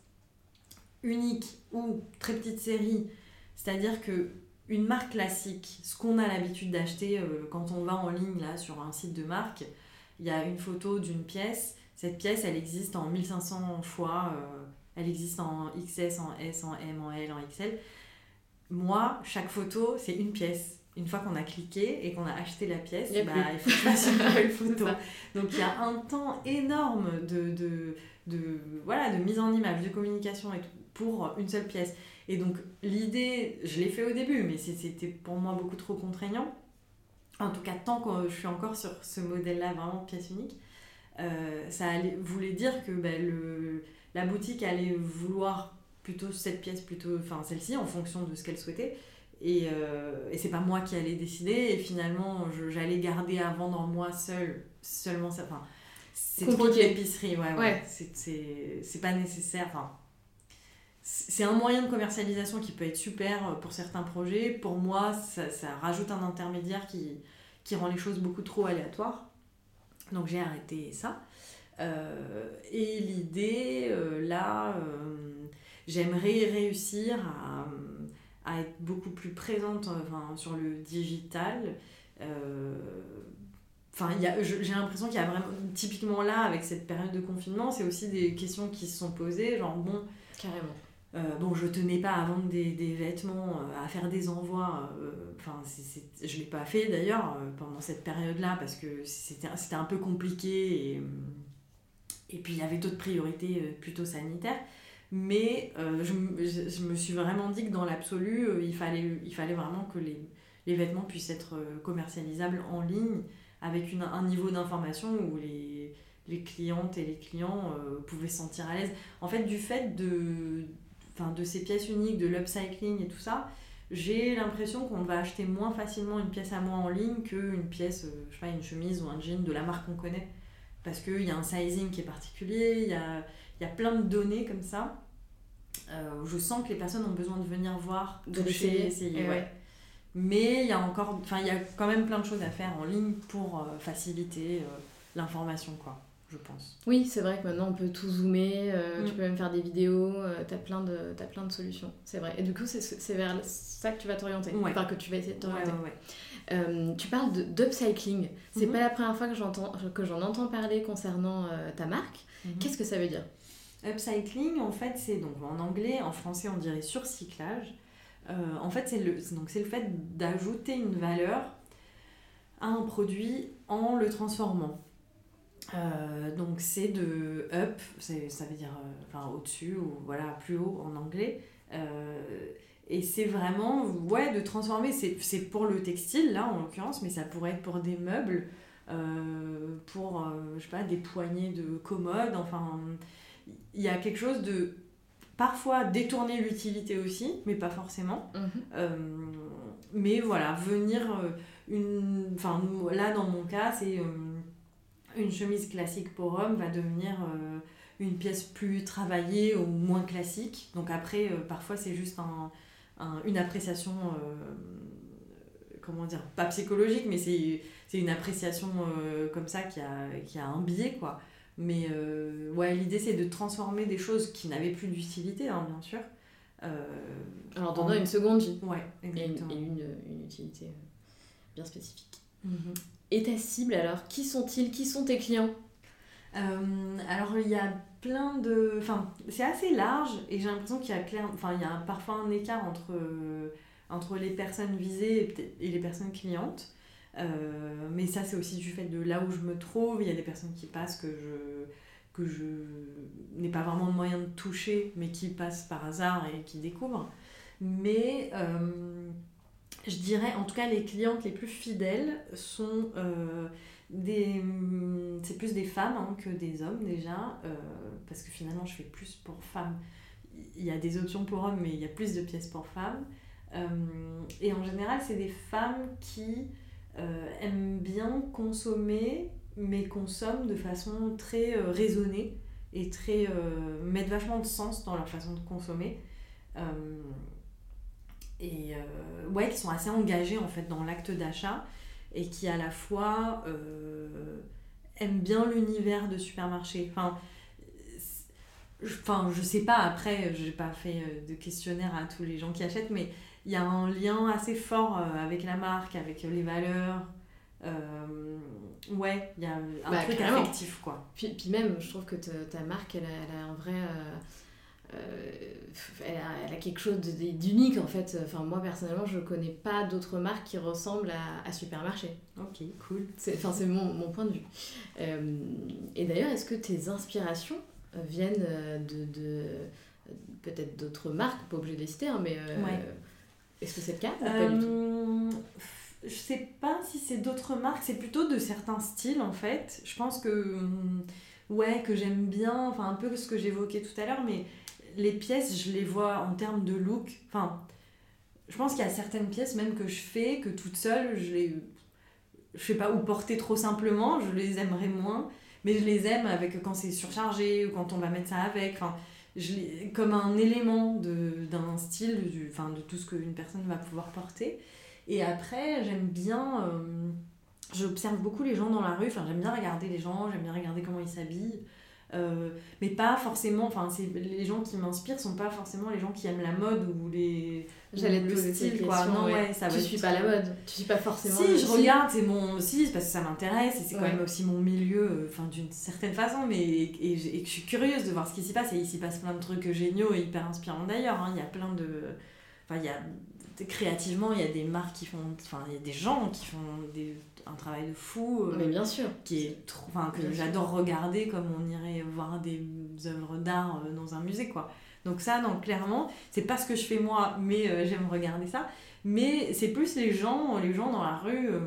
uniques ou très petites séries, c'est-à-dire qu'une marque classique, ce qu'on a l'habitude d'acheter euh, quand on va en ligne là, sur un site de marque, il y a une photo d'une pièce, cette pièce elle existe en mille cinq cents fois, euh, elle existe en X S, en S, en M, en L, en X L. Moi, chaque photo, c'est une pièce. Une fois qu'on a cliqué et qu'on a acheté la pièce, il, bah, il faut que je fasse une nouvelle photo. Donc il y a un temps énorme de, de, de, voilà, de mise en image, de communication et tout, pour une seule pièce. Et donc l'idée, je l'ai fait au début, mais c'était pour moi beaucoup trop contraignant. En tout cas, tant que je suis encore sur ce modèle-là, vraiment pièce unique, euh, ça allait, voulait dire que bah, le, la boutique allait vouloir plutôt cette pièce, plutôt, enfin celle-ci, en fonction de ce qu'elle souhaitait. Et, euh, et c'est pas moi qui allais décider. Et finalement, je, j'allais garder à vendre moi seule, seulement ça. Enfin, c'est compliqué. Trop de l'épicerie, ouais, ouais. ouais. C'est, c'est, c'est pas nécessaire. Enfin, c'est un moyen de commercialisation qui peut être super pour certains projets. Pour moi, ça, ça rajoute un intermédiaire qui, qui rend les choses beaucoup trop aléatoires. Donc j'ai arrêté ça. Euh, et l'idée, euh, là... Euh, j'aimerais réussir à, à être beaucoup plus présente enfin, sur le digital. Euh, enfin, y a, je, j'ai l'impression qu'il y a vraiment... Typiquement là, avec cette période de confinement, c'est aussi des questions qui se sont posées. Genre, bon... Carrément. Euh, bon, je tenais pas à vendre des, des vêtements, euh, à faire des envois. Enfin, euh, c'est, c'est, je l'ai pas fait d'ailleurs euh, pendant cette période-là parce que c'était, c'était un peu compliqué. Et, et puis, il y avait d'autres priorités euh, plutôt sanitaires. Mais euh, je, je, je me suis vraiment dit que dans l'absolu, euh, il, fallait, il fallait vraiment que les, les vêtements puissent être commercialisables en ligne avec une, un niveau d'information où les, les clientes et les clients euh, pouvaient se sentir à l'aise. En fait, du fait de, de ces pièces uniques, de l'upcycling et tout ça, j'ai l'impression qu'on va acheter moins facilement une pièce à moi en ligne qu'une pièce, euh, je sais pas, une chemise ou un jean de la marque qu'on connaît. Parce qu'il y a un sizing qui est particulier, il y a... Il y a plein de données comme ça euh, où je sens que les personnes ont besoin de venir voir, de toucher, essayer. Ouais. Ouais. Mais il y a encore, enfin il y a quand même plein de choses à faire en ligne pour euh, faciliter euh, l'information quoi. je pense. Oui, c'est vrai que maintenant on peut tout zoomer, euh, Mm. tu peux même faire des vidéos, euh, t'as plein de, t'as plein de solutions, c'est vrai. Et du coup, c'est, c'est vers ça que tu vas t'orienter, Ouais. enfin que tu vas essayer de t'orienter. Ouais, ouais, ouais. Euh, tu parles de, d'upcycling, c'est Mhm. pas la première fois que, j'entends, que j'en entends parler concernant euh, ta marque. Mhm. Qu'est-ce que ça veut dire ? Upcycling, en fait, c'est donc en anglais, en français, on dirait surcyclage. Euh, en fait, c'est le, donc c'est le fait d'ajouter une valeur à un produit en le transformant. Euh, donc c'est de up, c'est, ça veut dire euh, enfin, au-dessus ou voilà, plus haut en anglais. Euh, et c'est vraiment ouais, de transformer, c'est, c'est pour le textile là en l'occurrence, mais ça pourrait être pour des meubles, euh, pour euh, je sais pas, des poignées de commode. Enfin, il y a quelque chose de parfois détourner l'utilité aussi, mais pas forcément. Mhm. Euh, mais voilà, venir euh, une, enfin là dans mon cas c'est euh, une chemise classique pour homme va devenir euh, une pièce plus travaillée ou moins classique. Donc après, euh, parfois, c'est juste un, un, une appréciation, euh, comment dire, pas psychologique, mais c'est, c'est une appréciation euh, comme ça qui a, qui a un biais, quoi. Mais euh, ouais, l'idée, c'est de transformer des choses qui n'avaient plus d'utilité, hein, bien sûr. Euh, Alors, donnant en... une seconde vie. Ouais, exactement. Et, une, et une, une utilité bien spécifique. Mm-hmm. Et ta cible alors, qui sont-ils ? Qui sont tes clients ? Euh, alors il y a plein de... Enfin, c'est assez large et j'ai l'impression qu'il y a, clair... enfin, il y a parfois un écart entre, euh, entre les personnes visées et, et les personnes clientes. Euh, mais ça c'est aussi du fait de là où je me trouve. Il y a des personnes qui passent que je, que je n'ai pas vraiment de moyen de toucher, mais qui passent par hasard et qui découvrent. Mais... Euh, je dirais, en tout cas, les clientes les plus fidèles sont euh, des... C'est plus des femmes hein, que des hommes, déjà, euh, parce que finalement, je fais plus pour femmes. Il y a des options pour hommes, mais il y a plus de pièces pour femmes. Euh, et en général, c'est des femmes qui euh, aiment bien consommer, mais consomment de façon très euh, raisonnée et très... Euh, mettent vachement de sens dans leur façon de consommer. Euh, et euh, ouais, qui sont assez engagés en fait dans l'acte d'achat et qui à la fois euh, aiment bien l'univers de supermarché. Enfin, je, enfin, je sais pas, après, j'ai pas fait de questionnaire à tous les gens qui achètent, mais il y a un lien assez fort avec la marque, avec les valeurs. Euh, ouais, il y a un bah, truc carrément. affectif, quoi. Puis, puis même, je trouve que ta, ta marque, elle a, elle a un vrai... Euh... Euh, elle, a, elle a quelque chose de, d'unique en fait. Enfin, moi personnellement, je connais pas d'autres marques qui ressemblent à, à Supermarché. Ok, cool. C'est, enfin, c'est mon, mon point de vue. Euh, et d'ailleurs, est-ce que tes inspirations viennent de, de peut-être d'autres marques, pas obligé de les citer, hein, mais euh, ouais. Est-ce que c'est le cas ou euh, pas du tout ? Je sais pas si c'est d'autres marques, c'est plutôt de certains styles en fait. Je pense que ouais, que j'aime bien, enfin un peu ce que j'évoquais tout à l'heure, mais les pièces, je les vois en termes de look. Enfin, je pense qu'il y a certaines pièces même que je fais, que toute seule, je les... Je sais pas, ou porter trop simplement, je les aimerais moins. Mais je les aime avec quand c'est surchargé, ou quand on va mettre ça avec. Enfin, je les... comme un élément de, d'un style, du, enfin, de tout ce qu'une personne va pouvoir porter. Et après, j'aime bien... Euh, j'observe beaucoup les gens dans la rue. Enfin, j'aime bien regarder les gens, j'aime bien regarder comment ils s'habillent. Euh, mais pas forcément, enfin c'est les gens qui m'inspirent sont pas forcément les gens qui aiment la mode ou les j'allais ou te poser le style cette quoi. question, Non ouais. ouais, ça tu va suis être... pas la mode, tu suis pas forcément si le... je regarde c'est mon si c'est parce que ça m'intéresse et c'est quand ouais. même aussi mon milieu enfin d'une certaine façon mais et, et, et que je suis curieuse de voir ce qui s'y passe et il s'y passe plein de trucs géniaux et hyper inspirants d'ailleurs hein. Il y a plein de enfin il y a créativement il y a des marques qui font enfin il y a des gens qui font des un travail de fou euh, mais bien sûr qui est trop, enfin que bien j'adore sûr. Regarder comme on irait voir des œuvres d'art dans un musée quoi. Donc ça non clairement c'est pas ce que je fais moi mais euh, j'aime regarder ça mais c'est plus les gens les gens dans la rue euh,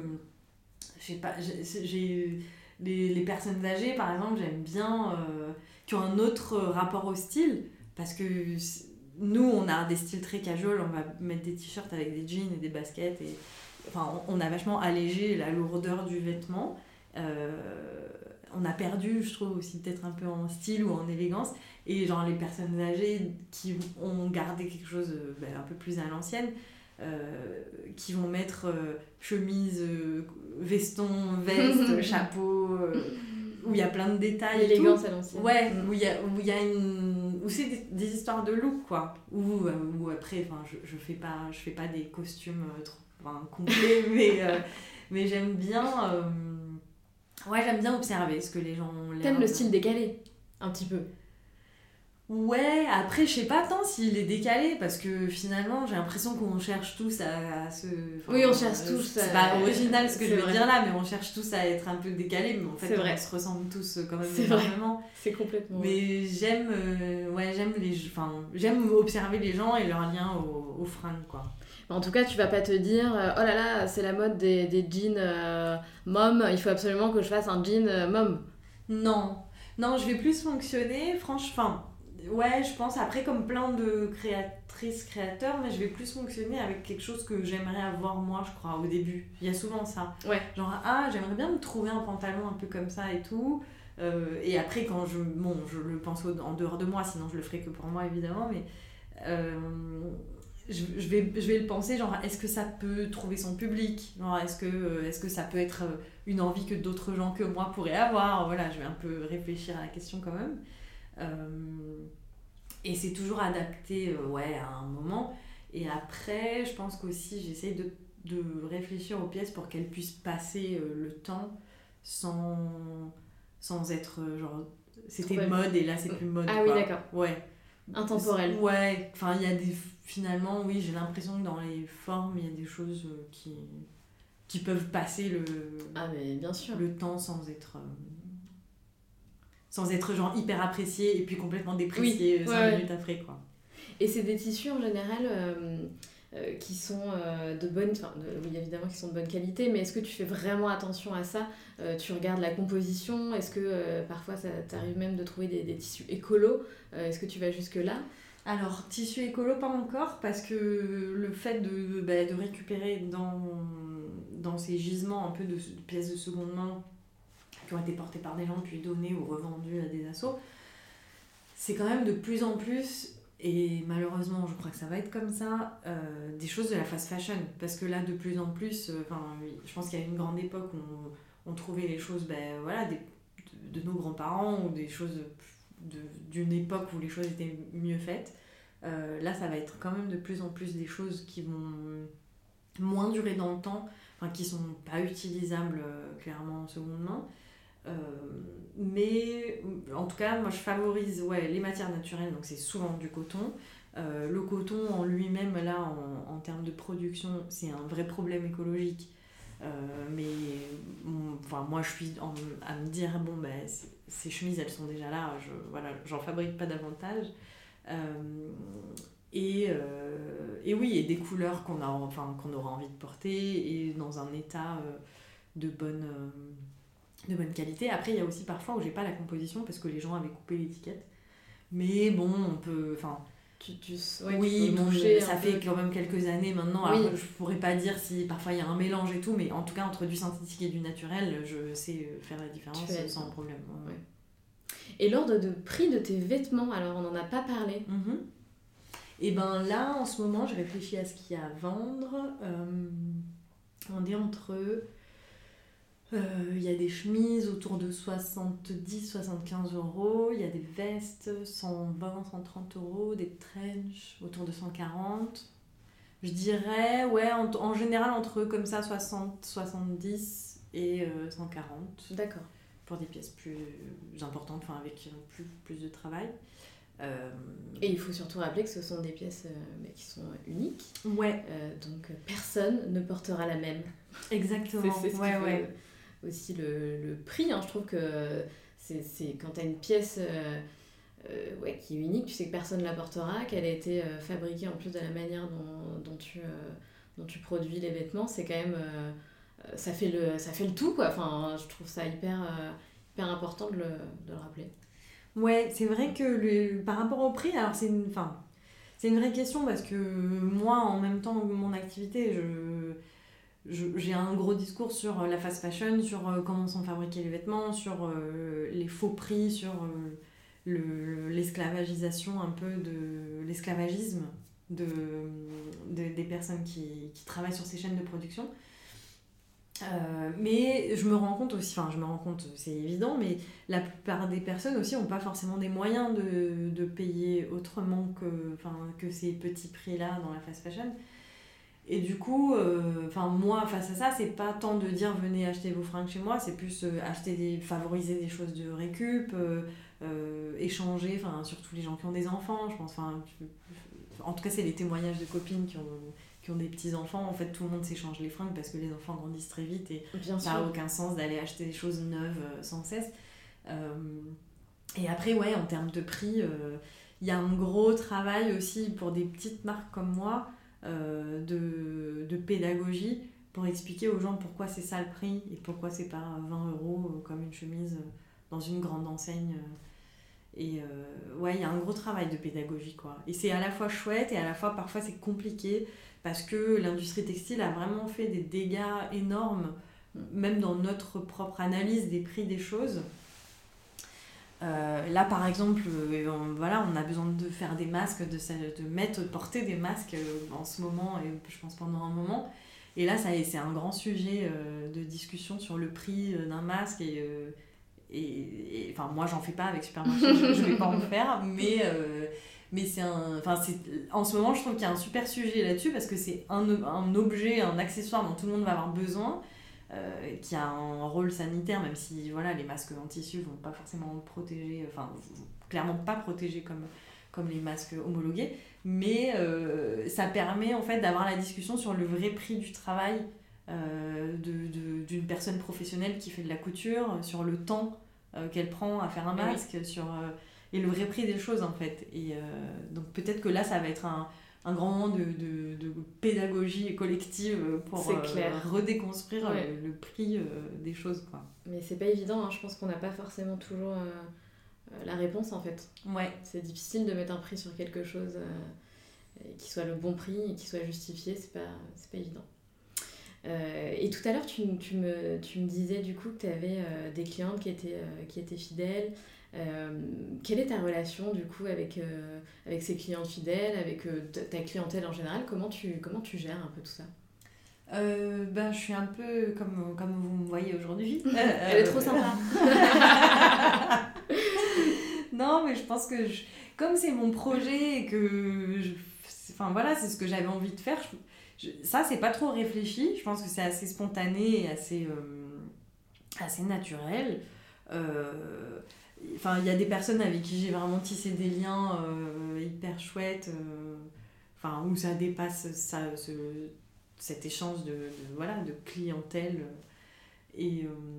je sais pas j'ai, j'ai les, les personnes âgées par exemple j'aime bien euh, qui ont un autre rapport au style parce que nous on a des styles très casual on va mettre des t-shirts avec des jeans et des baskets et enfin, on a vachement allégé la lourdeur du vêtement. Euh, on a perdu, je trouve, aussi peut-être un peu en style ou en élégance. Et genre les personnes âgées qui ont gardé quelque chose ben, un peu plus à l'ancienne, euh, qui vont mettre euh, chemise, euh, veston, veste, chapeau, euh, où il y a plein de détails. L'élégance à l'ancienne. Ouais, Mm. où il y a, où il y a une... où c'est des, des histoires de look, quoi. Où, euh, où après, enfin, je, je, fais pas, je fais pas des costumes euh, trop, enfin, complets, mais, euh, mais j'aime bien... Euh... Ouais, j'aime bien observer ce que les gens ont l'air... T'aimes le style décalé, un petit peu. Ouais, après, je sais pas tant s'il est décalé, parce que finalement, j'ai l'impression qu'on cherche tous à, à se... Enfin, Oui, on cherche euh, tous... C'est euh, pas original ce que c'est je vais vrai. dire là, mais on cherche tous à être un peu décalés, mais en fait, C'est on vrai. se ressemble tous quand même C'est vrai. énormément. C'est complètement... Mais j'aime, euh, ouais, j'aime, les, enfin, j'aime observer les gens et leur lien aux, aux fringues, quoi. En tout cas, tu vas pas te dire euh, oh là là, c'est la mode des, des jeans euh, mom, il faut absolument que je fasse un jean euh, mom. Non, non, je vais plus fonctionner, franchement. Ouais, je pense, après, comme plein de créatrices, créateurs, mais je vais plus fonctionner avec quelque chose que j'aimerais avoir moi, je crois, au début. Il y a souvent ça. Ouais. Genre, ah, j'aimerais bien me trouver un pantalon un peu comme ça et tout. Euh, et après, quand je. Bon, je le pense au- en dehors de moi, sinon je le ferai que pour moi, évidemment, mais. Euh, je, je, vais, je vais le penser, genre, est-ce que ça peut trouver son public? Genre, est-ce que, euh, est-ce que ça peut être une envie que d'autres gens que moi pourraient avoir? Voilà, je vais un peu réfléchir à la question quand même. Euh, et c'est toujours adapté euh, ouais, à un moment. Et après, je pense qu'aussi, j'essaye de, de réfléchir aux pièces pour qu'elles puissent passer euh, le temps sans, sans être euh, genre, c'était Trop mode et là c'est plus mode. Ah quoi. oui, d'accord. Ouais. Intemporel. Ouais, enfin, il y a des. Finalement, oui, j'ai l'impression que dans les formes, il y a des choses euh, qui, qui peuvent passer le, Ah mais bien sûr. le temps sans être. Euh, sans être genre hyper apprécié et puis complètement déprécié Oui, cinq ouais, minutes après, quoi. Et c'est des tissus en général euh, euh, qui sont euh, de bonne, enfin de- oui évidemment qui sont de bonne qualité, mais est-ce que tu fais vraiment attention à ça? Euh, tu regardes la composition? Est-ce que euh, parfois ça t'arrive même de trouver des, des tissus écolos? Euh, est-ce que tu vas jusque là? Alors, tissu écolo, pas encore, parce que le fait de, bah, de récupérer dans, dans ces gisements un peu de, de pièces de seconde main qui ont été portées par des gens puis données ou revendues à des assos, c'est quand même de plus en plus, et malheureusement je crois que ça va être comme ça, euh, des choses de la fast fashion. Parce que là, de plus en plus, euh, je pense qu'il y a une grande époque où on, on trouvait les choses ben, voilà, des, de, de nos grands-parents ou des choses de, d'une époque où les choses étaient mieux faites. Euh, là, ça va être quand même de plus en plus des choses qui vont moins durer dans le temps, enfin, qui sont pas utilisables euh, clairement en seconde main. Euh, mais en tout cas, moi je favorise ouais, les matières naturelles, donc c'est souvent du coton. Euh, le coton en lui-même, là, en, en termes de production, c'est un vrai problème écologique. Euh, mais bon, enfin, moi je suis en, à me dire, bon, ben, ces chemises elles sont déjà là, je, voilà, j'en fabrique pas davantage. Euh, et, euh, et oui, et des couleurs qu'on a, enfin, qu'on aura envie de porter et dans un état euh, de bonne. Euh, de bonne qualité. Après, il y a aussi parfois où j'ai pas la composition parce que les gens avaient coupé l'étiquette. Mais bon, on peut... Enfin, tu, tu, ouais, oui, tu peux bon, toucher ça un fait peu. quand même quelques années maintenant. Oui. Alors, je pourrais pas dire si parfois il y a un mélange et tout, mais en tout cas, entre du synthétique et du naturel, je sais faire la différence sans problème. Ouais. Ouais. Et l'ordre de prix de tes vêtements, alors on n'en a pas parlé. Mm-hmm. Et ben là, en ce moment, je réfléchis à ce qu'il y a à vendre. Euh, on est entre... Il euh, y a des chemises autour de soixante-dix à soixante-quinze euros, il y a des vestes cent vingt à cent trente euros, des trench autour de cent quarante. Je dirais, ouais, en, en général entre comme ça soixante à soixante-dix et euh, cent quarante. D'accord. Pour des pièces plus importantes, enfin avec plus, plus de travail. Euh... Et il faut surtout rappeler que ce sont des pièces euh, qui sont uniques. Ouais. Euh, donc personne ne portera la même. Exactement. c'est, c'est ce ouais, qui ouais. fait aussi le, le prix. Hein. Je trouve que c'est, c'est quand tu as une pièce euh, euh, ouais, qui est unique, tu sais que personne ne la portera, qu'elle a été euh, fabriquée en plus de la manière dont, dont, tu, euh, dont tu produis les vêtements, c'est quand même... Euh, ça, fait le, ça fait le tout, quoi. Enfin, je trouve ça hyper, euh, hyper important de le, de le rappeler. Ouais, c'est vrai que le, par rapport au prix, alors c'est une, enfin, c'est une vraie question parce que moi, en même temps que mon activité, je, je, j'ai un gros discours sur la fast fashion, sur comment sont fabriqués les vêtements, sur euh, les faux prix, sur euh, le, l'esclavagisation un peu de l'esclavagisme de, de, des personnes qui, qui travaillent sur ces chaînes de production. Euh, mais je me rends compte aussi, enfin je me rends compte, c'est évident, mais la plupart des personnes aussi n'ont pas forcément des moyens de, de payer autrement que, enfin, que ces petits prix-là dans la fast fashion. Et du coup, euh, enfin moi face à ça, c'est pas tant de dire venez acheter vos fringues chez moi, c'est plus euh, acheter des, favoriser des choses de récup, euh, euh, échanger, enfin surtout les gens qui ont des enfants, je pense, enfin en tout cas c'est les témoignages de copines qui ont qui ont des petits-enfants, en fait tout le monde s'échange les fringues parce que les enfants grandissent très vite et Bien ça n'a aucun sens d'aller acheter des choses neuves euh, sans cesse. Euh, et après, ouais, en termes de prix, il euh, y a un gros travail aussi pour des petites marques comme moi euh, de, de pédagogie pour expliquer aux gens pourquoi c'est ça le prix et pourquoi c'est pas vingt euros euh, comme une chemise euh, dans une grande enseigne. Euh, et euh, ouais, il y a un gros travail de pédagogie, quoi. Et c'est à la fois chouette et à la fois parfois c'est compliqué parce que l'industrie textile a vraiment fait des dégâts énormes, même dans notre propre analyse des prix des choses. Euh, là, par exemple, on, voilà, on a besoin de faire des masques, de, de mettre, de porter des masques en ce moment et je pense pendant un moment. Et là, ça, c'est un grand sujet euh, de discussion sur le prix d'un masque et... Euh, Et, et enfin moi j'en fais pas avec Supermarché, je, je vais pas en faire, mais euh, mais c'est un, enfin c'est, en ce moment je trouve qu'il y a un super sujet là-dessus parce que c'est un, un objet, un accessoire dont tout le monde va avoir besoin, euh, qui a un rôle sanitaire, même si voilà les masques en tissu vont pas forcément protéger, enfin clairement pas protéger comme comme les masques homologués, mais euh, ça permet en fait d'avoir la discussion sur le vrai prix du travail. Euh, de, de, d'une personne professionnelle qui fait de la couture, sur le temps euh, qu'elle prend à faire un masque, oui. sur, euh, et le vrai prix des choses en fait. Et euh, donc peut-être que là ça va être un, un grand moment de, de, de pédagogie collective pour euh, redéconstruire ouais. le, le prix euh, des choses, quoi. Mais c'est pas évident, hein. Je pense qu'on n'a pas forcément toujours euh, la réponse en fait. Ouais. C'est difficile de mettre un prix sur quelque chose euh, qui soit le bon prix et qui soit justifié, c'est pas, c'est pas évident. Euh, et tout à l'heure, tu, tu, me, tu me disais du coup que tu avais euh, des clientes qui étaient, euh, qui étaient fidèles. Euh, quelle est ta relation du coup avec, euh, avec ces clientes fidèles, avec euh, ta clientèle en général? Comment tu, comment tu gères un peu tout ça? euh, ben, Je suis un peu comme, comme vous me voyez aujourd'hui. Elle est trop sympa. Non, mais je pense que je, comme c'est mon projet et que je, enfin, voilà, c'est ce que j'avais envie de faire, je, Je, ça c'est pas trop réfléchi, je pense que c'est assez spontané et assez, euh, assez naturel. Euh, enfin, il y a des personnes avec qui j'ai vraiment tissé des liens euh, hyper chouettes, euh, enfin, où ça dépasse ça, ce, cet échange de, de, voilà, de clientèle. Et,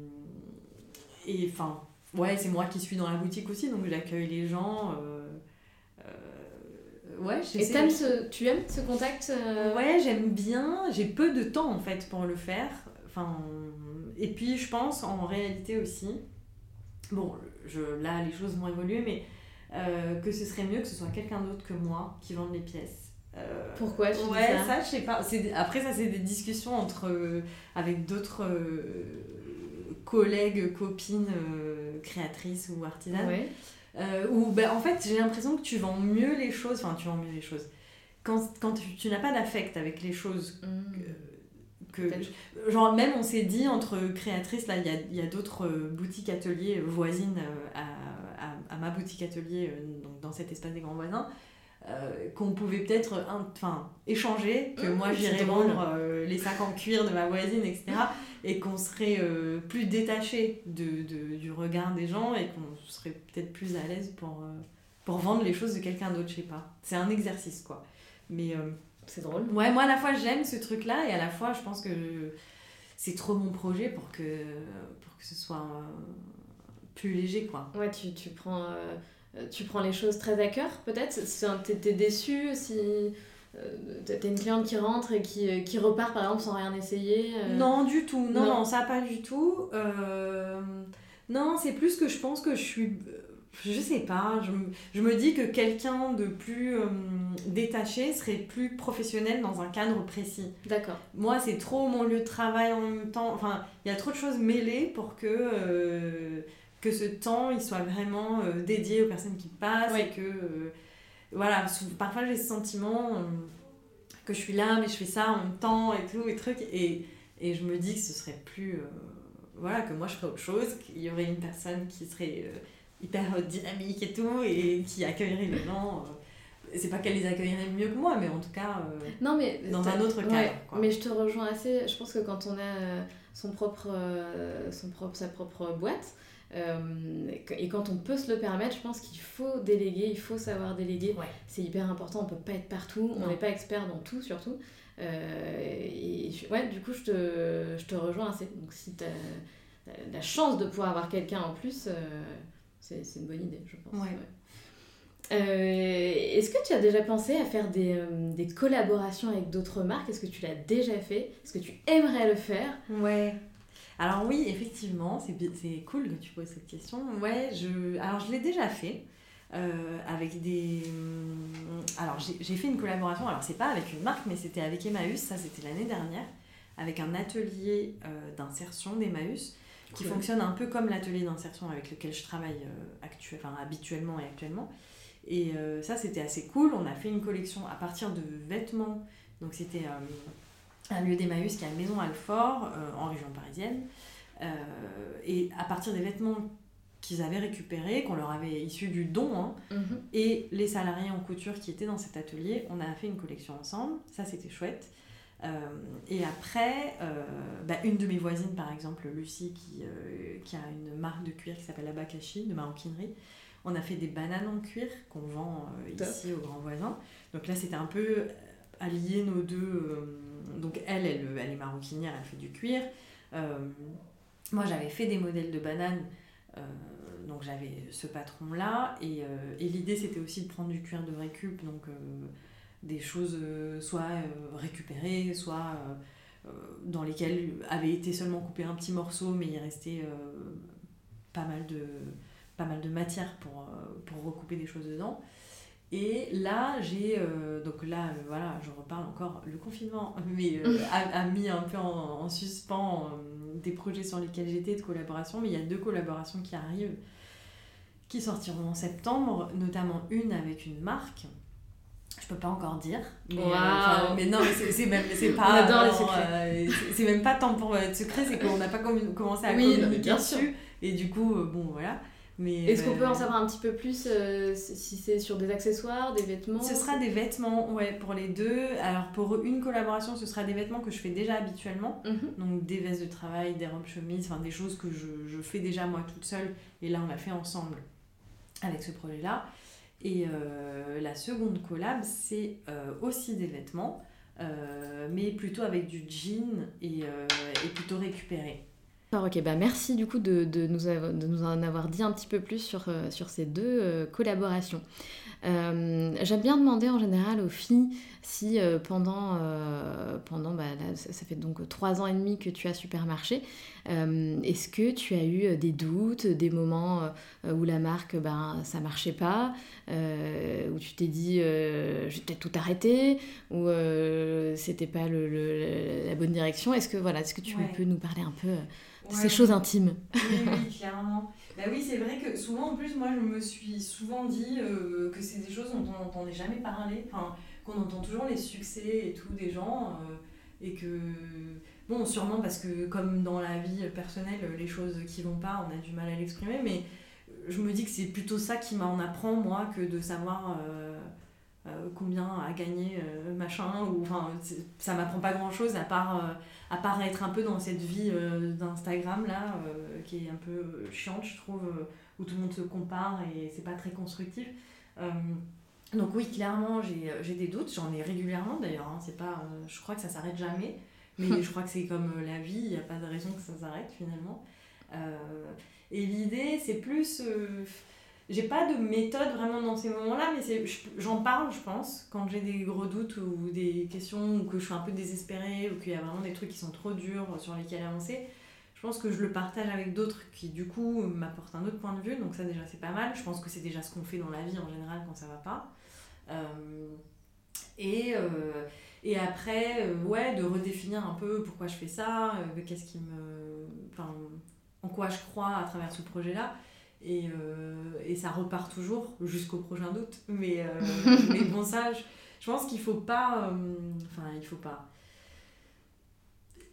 euh, et enfin, ouais, c'est moi qui suis dans la boutique aussi, donc j'accueille les gens. Euh, euh, Ouais, et t'aimes ce, tu aimes ce contact euh... Ouais, j'aime bien. J'ai peu de temps en fait pour le faire. Enfin, et puis je pense en réalité aussi, bon, je, là les choses vont évoluer, mais euh, que ce serait mieux que ce soit quelqu'un d'autre que moi qui vende les pièces. Euh, Pourquoi tu ouais, dis ça, ça je sais pas. C'est, après ça c'est des discussions entre euh, avec d'autres euh, collègues, copines, euh, créatrices ou artisanes. Ouais. Euh, où ben, en fait j'ai l'impression que tu vends mieux les choses, enfin tu vends mieux les choses quand, quand tu, tu n'as pas d'affect avec les choses mmh. que, que genre même on s'est dit entre créatrices, là il y a, y a d'autres boutiques ateliers voisines à, à, à ma boutique atelier donc dans cet espace des grands voisins euh, qu'on pouvait peut-être enfin échanger, que mmh, moi j'irais vendre euh, les sacs en cuir de ma voisine, etc. Et qu'on serait euh, plus détaché de, de, du regard des gens et qu'on serait peut-être plus à l'aise pour, euh, pour vendre les choses de quelqu'un d'autre, je sais pas. C'est un exercice, quoi. Mais euh, c'est drôle. Ouais, moi à la fois j'aime ce truc-là et à la fois je pense que je... c'est trop mon projet pour que, pour que ce soit euh, plus léger, quoi. Ouais, tu, tu, prends, euh, tu prends les choses très à cœur, peut-être. T'es, t'es déçue si... T'as une cliente qui rentre et qui, qui repart par exemple sans rien essayer euh... Non, du tout. Non, non, non, ça pas du tout. Euh... Non, c'est plus que je pense que je suis... Je sais pas, je, je me dis que quelqu'un de plus euh, détaché serait plus professionnel dans un cadre précis. D'accord. Moi, c'est trop mon lieu de travail en même temps. Enfin, il y a trop de choses mêlées pour que, euh, que ce temps il soit vraiment euh, dédié aux personnes qui passent. Oui. Et que... Euh, voilà, parfois j'ai ce sentiment euh, que je suis là mais je fais ça en même temps et tout et trucs et Et je me dis que ce serait plus... Euh, voilà, que moi je ferais autre chose, qu'il y aurait une personne qui serait euh, hyper dynamique et tout, et qui accueillerait les gens. Euh, c'est pas qu'elle les accueillerait mieux que moi, mais en tout cas euh, non, mais dans un autre cadre. Ouais, quoi. Mais je te rejoins assez. Je pense que quand on a euh, son propre, euh, son propre, sa propre boîte, euh, et quand on peut se le permettre, je pense qu'il faut déléguer, il faut savoir déléguer. Ouais. C'est hyper important, on peut pas être partout, non. On n'est pas expert dans tout surtout. Euh, et ouais, du coup, je te, je te rejoins assez. Donc, si tu as la chance de pouvoir avoir quelqu'un en plus, euh, c'est, c'est une bonne idée, je pense. Ouais. Ouais. Euh, est-ce que tu as déjà pensé à faire des, euh, des collaborations avec d'autres marques ? Est-ce que tu l'as déjà fait ? Est-ce que tu aimerais le faire ? Ouais. Alors oui, effectivement, c'est, c'est cool que tu poses cette question. Ouais, je, alors je l'ai déjà fait. Euh, avec des... Alors j'ai, j'ai fait une collaboration, alors c'est pas avec une marque, mais c'était avec Emmaüs, ça c'était l'année dernière, avec un atelier euh, d'insertion d'Emmaüs, qui cool. Fonctionne un peu comme l'atelier d'insertion avec lequel je travaille euh, actu- enfin, habituellement et actuellement. Et euh, ça c'était assez cool, on a fait une collection à partir de vêtements, donc c'était euh, un lieu d'Emmaüs qui est à Maison Alfort, euh, en région parisienne, euh, et à partir des vêtements qu'ils avaient récupéré, qu'on leur avait issu du don, hein, mm-hmm. et les salariés en couture qui étaient dans cet atelier, on a fait une collection ensemble, ça c'était chouette. Euh, et après, euh, bah, une de mes voisines par exemple, Lucie, qui, euh, qui a une marque de cuir qui s'appelle Abakashi, de maroquinerie, on a fait des bananes en cuir qu'on vend euh, ici aux grands voisins. Donc là c'était un peu allier nos deux, euh, donc elle, elle, elle est maroquinière, elle fait du cuir. Euh, moi j'avais fait des modèles de bananes. Euh, donc j'avais ce patron là et, euh, et l'idée c'était aussi de prendre du cuir de récup, donc euh, des choses euh, soit euh, récupérées, soit euh, dans lesquelles avait été seulement coupé un petit morceau mais il restait euh, pas mal de, pas mal de matière pour, euh, pour recouper des choses dedans. Et là j'ai euh, donc là euh, voilà, je reparle encore, le confinement mais euh, a, a mis un peu en, en suspens euh, des projets sur lesquels j'étais de collaboration, mais il y a deux collaborations qui arrivent qui sortiront en septembre, notamment une avec une marque, je peux pas encore dire, mais, wow. euh, mais non mais c'est, c'est même c'est pas on adore non, les secrets, euh, c'est, c'est même pas tant pour être secret, c'est qu'on n'a pas com- commencé à oui, communiquer non, dessus et du coup euh, bon voilà. Mais, est-ce qu'on euh, peut en savoir un petit peu plus euh, si c'est sur des accessoires, des vêtements ? Ce sera des vêtements, ouais, pour les deux. Alors pour une collaboration, ce sera des vêtements que je fais déjà habituellement. Mm-hmm. Donc des vestes de travail, des robes chemises, enfin des choses que je, je fais déjà moi toute seule. Et là on l'a fait ensemble avec ce projet-là. Et euh, la seconde collab, c'est euh, aussi des vêtements, euh, mais plutôt avec du jean et, euh, et plutôt récupéré. Ok, bah merci du coup de, de, nous avoir, de nous en avoir dit un petit peu plus sur, euh, sur ces deux euh, collaborations. Euh, j'aime bien demander en général aux filles si euh, pendant, euh, pendant bah, là, ça, ça fait donc trois ans et demi que tu as Supermarché, euh, est-ce que tu as eu des doutes, des moments euh, où la marque, ben, ça marchait pas, euh, où tu t'es dit euh, je vais peut-être tout arrêter, ou euh, c'était pas le, le, la bonne direction. Est-ce que, voilà, est-ce que tu ouais. peux nous parler un peu euh, de ouais, ces choses intimes ? Oui, oui, clairement. Bah oui, c'est vrai que souvent, en plus, moi, je me suis souvent dit euh, que c'est des choses dont on n'entendait jamais parler, enfin, qu'on entend toujours les succès et tout des gens, euh, et que, bon, sûrement parce que, comme dans la vie personnelle, les choses qui vont pas, on a du mal à l'exprimer, mais je me dis que c'est plutôt ça qui m'en apprend, moi, que de savoir euh, euh, combien a gagné euh, machin, ou, enfin, ça m'apprend pas grand-chose, à part... Euh, à part être un peu dans cette vie euh, d'Instagram là, euh, qui est un peu chiante je trouve, euh, où tout le monde se compare et c'est pas très constructif. Euh, donc oui, clairement j'ai, j'ai des doutes, j'en ai régulièrement d'ailleurs, hein, c'est pas, euh, je crois que ça s'arrête jamais, mais je crois que c'est comme la vie, il n'y a pas de raison que ça s'arrête finalement. Euh, et l'idée c'est plus... Euh, j'ai pas de méthode vraiment dans ces moments-là, mais c'est, j'en parle, je pense, quand j'ai des gros doutes ou des questions, ou que je suis un peu désespérée, ou qu'il y a vraiment des trucs qui sont trop durs sur lesquels avancer. Je pense que je le partage avec d'autres qui, du coup, m'apportent un autre point de vue, donc ça, déjà, c'est pas mal. Je pense que c'est déjà ce qu'on fait dans la vie, en général, quand ça va pas. Euh, et, euh, et après, euh, ouais, de redéfinir un peu pourquoi je fais ça, euh, qu'est-ce qui me... Enfin, en quoi je crois à travers ce projet-là. Et, euh, et ça repart toujours jusqu'au prochain doute, mais, euh, mais bon ça je, je pense qu'il faut pas euh, enfin il faut pas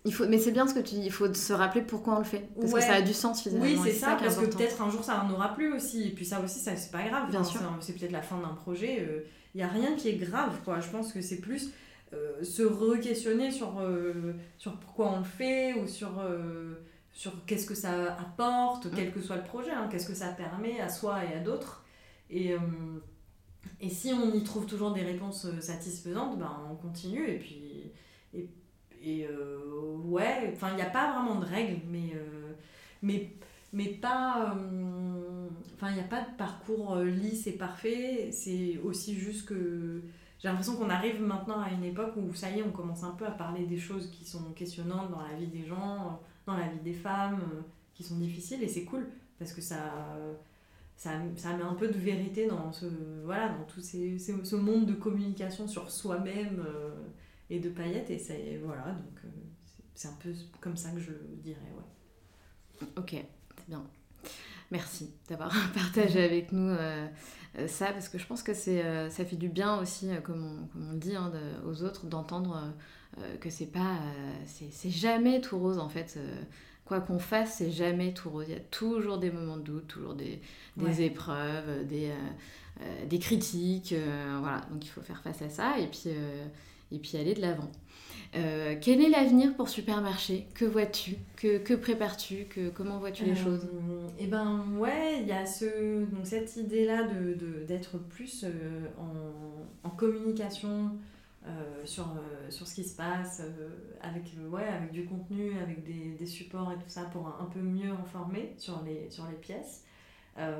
Il faut, mais c'est bien ce que tu dis, il faut se rappeler pourquoi on le fait. Parce ouais. que ça a du sens finalement. Oui, c'est, c'est ça, ça qui est parce important. que peut-être un jour ça n'en aura plus aussi. Et puis ça aussi, ça, c'est pas grave. Bien enfin, sûr. C'est, c'est peut-être la fin d'un projet. Il euh, n'y a rien qui est grave, quoi. Je pense que c'est plus euh, se re-questionner sur, euh, sur pourquoi on le fait ou sur, euh, sur qu'est-ce que ça apporte, quel que soit le projet, hein, qu'est-ce que ça permet à soi et à d'autres. Et, euh, et si on y trouve toujours des réponses satisfaisantes, ben, on continue. Et puis... Et, Et euh, ouais, enfin, il n'y a pas vraiment de règles, mais, euh, mais, mais pas. Enfin, euh, il n'y a pas de parcours lisse et parfait. C'est aussi juste que j'ai l'impression qu'on arrive maintenant à une époque où ça y est, on commence un peu à parler des choses qui sont questionnantes dans la vie des gens, dans la vie des femmes, qui sont difficiles, et c'est cool parce que ça. Ça, ça met un peu de vérité dans, ce, voilà, dans tout ces, ces, ce monde de communication sur soi-même. Euh, et de paillettes, et ça, voilà, donc euh, c'est, c'est un peu comme ça que je dirais, ouais. Ok, c'est bien. Merci d'avoir partagé avec nous euh, euh, ça, parce que je pense que c'est, euh, ça fait du bien aussi, euh, comme, on, comme on le dit, hein, de, aux autres, d'entendre euh, que c'est pas, euh, c'est, c'est jamais tout rose en fait. Euh, quoi qu'on fasse, c'est jamais tout rose. Il y a toujours des moments de doute, toujours des, des ouais. épreuves, des, euh, euh, des critiques, euh, voilà. Donc il faut faire face à ça, et puis... Euh, et puis aller de l'avant. Euh, quel est l'avenir pour Supermarché ? Que vois-tu ? Que, que prépares-tu ? que, Comment vois-tu les euh, choses ? Eh ben ouais, il y a ce, donc cette idée-là de, de, d'être plus euh, en, en communication euh, sur, euh, sur ce qui se passe, euh, avec, ouais, avec du contenu, avec des, des supports et tout ça, pour un, un peu mieux informer sur les, sur les pièces. Euh,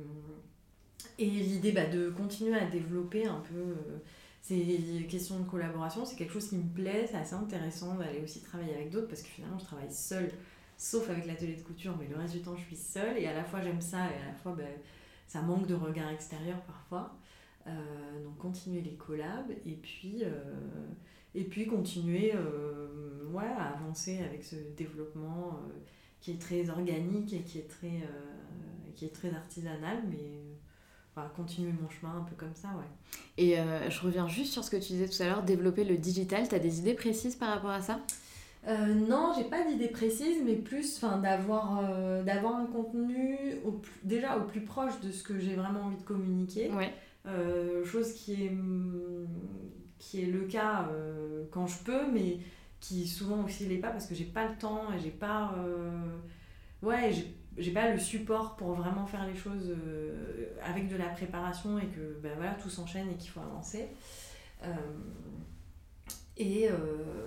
et l'idée bah, de continuer à développer un peu... Euh, ces questions de collaboration, c'est quelque chose qui me plaît, c'est assez intéressant d'aller aussi travailler avec d'autres parce que finalement je travaille seule, sauf avec l'atelier de couture, mais le reste du temps je suis seule et à la fois j'aime ça et à la fois ben, ça manque de regard extérieur parfois. Euh, donc continuer les collabs et puis, euh, et puis continuer euh, ouais, à avancer avec ce développement euh, qui est très organique et qui est très, euh, qui est très artisanal, mais... Enfin, continuer mon chemin un peu comme ça, ouais. Et euh, je reviens juste sur ce que tu disais tout à l'heure, développer le digital, tu as des idées précises par rapport à ça ? euh, Non, j'ai pas d'idées précises, mais plus d'avoir, euh, d'avoir un contenu au plus, déjà au plus proche de ce que j'ai vraiment envie de communiquer. Ouais. Euh, chose qui est, qui est le cas euh, quand je peux, mais qui souvent aussi l'est pas parce que j'ai pas le temps et j'ai pas... Euh, ouais, j'ai j'ai pas le support pour vraiment faire les choses euh, avec de la préparation et que ben voilà, tout s'enchaîne et qu'il faut avancer. Euh, et, euh,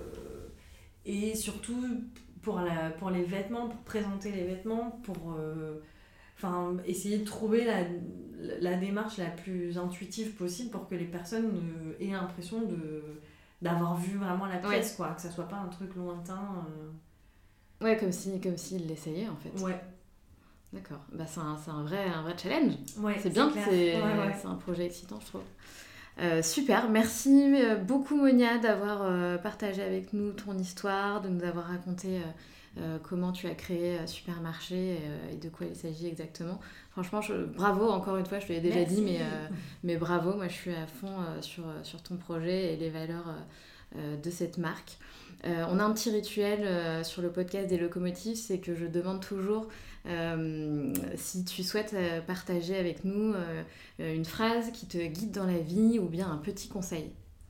et surtout pour, la, pour les vêtements, pour présenter les vêtements, pour euh, essayer de trouver la, la démarche la plus intuitive possible pour que les personnes aient l'impression de, d'avoir vu vraiment la pièce, ouais. Quoi, que ça soit pas un truc lointain. Euh... Ouais, comme si, comme s'ils l'essayaient en fait. Ouais. D'accord, bah, c'est, un, c'est un, vrai, un vrai challenge. Ouais, c'est bien, c'est, c'est, ouais, ouais. c'est un projet excitant, je trouve. Euh, super, merci beaucoup Monia d'avoir euh, partagé avec nous ton histoire, de nous avoir raconté euh, euh, comment tu as créé euh, Supermarché euh, et de quoi il s'agit exactement. Franchement, je, bravo, encore une fois, je te l'ai déjà merci. dit, mais, euh, mais bravo, moi je suis à fond euh, sur, sur ton projet et les valeurs euh, de cette marque. Euh, on a un petit rituel euh, sur le podcast des locomotives, c'est que je demande toujours euh, si tu souhaites euh, partager avec nous euh, une phrase qui te guide dans la vie ou bien un petit conseil.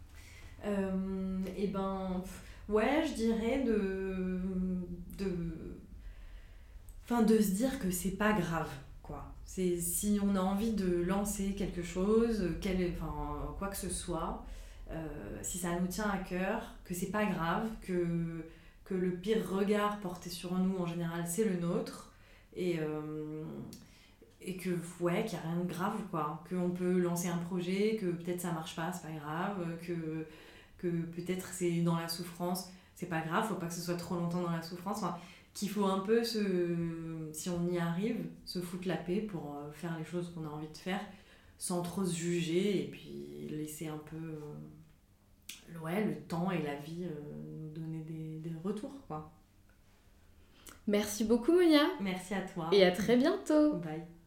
Euh, et ben, ouais, je dirais de, de, enfin, de se dire que c'est pas grave, quoi. C'est, si on a envie de lancer quelque chose, quel, enfin, quoi que ce soit, euh, si ça nous tient à cœur, que c'est pas grave, que, que le pire regard porté sur nous en général c'est le nôtre, et, euh, et que ouais, qu'il n'y a rien de grave, quoi, qu'on peut lancer un projet, que peut-être ça marche pas, c'est pas grave, que, que peut-être c'est dans la souffrance, c'est pas grave, faut pas que ce soit trop longtemps dans la souffrance, enfin, qu'il faut un peu, se, si on y arrive, se foutre la paix pour faire les choses qu'on a envie de faire sans trop se juger et puis laisser un peu euh, ouais, le temps et la vie euh, nous donner des, des retours, quoi. Merci beaucoup Monia. Merci à toi. Et à très bientôt. Bye.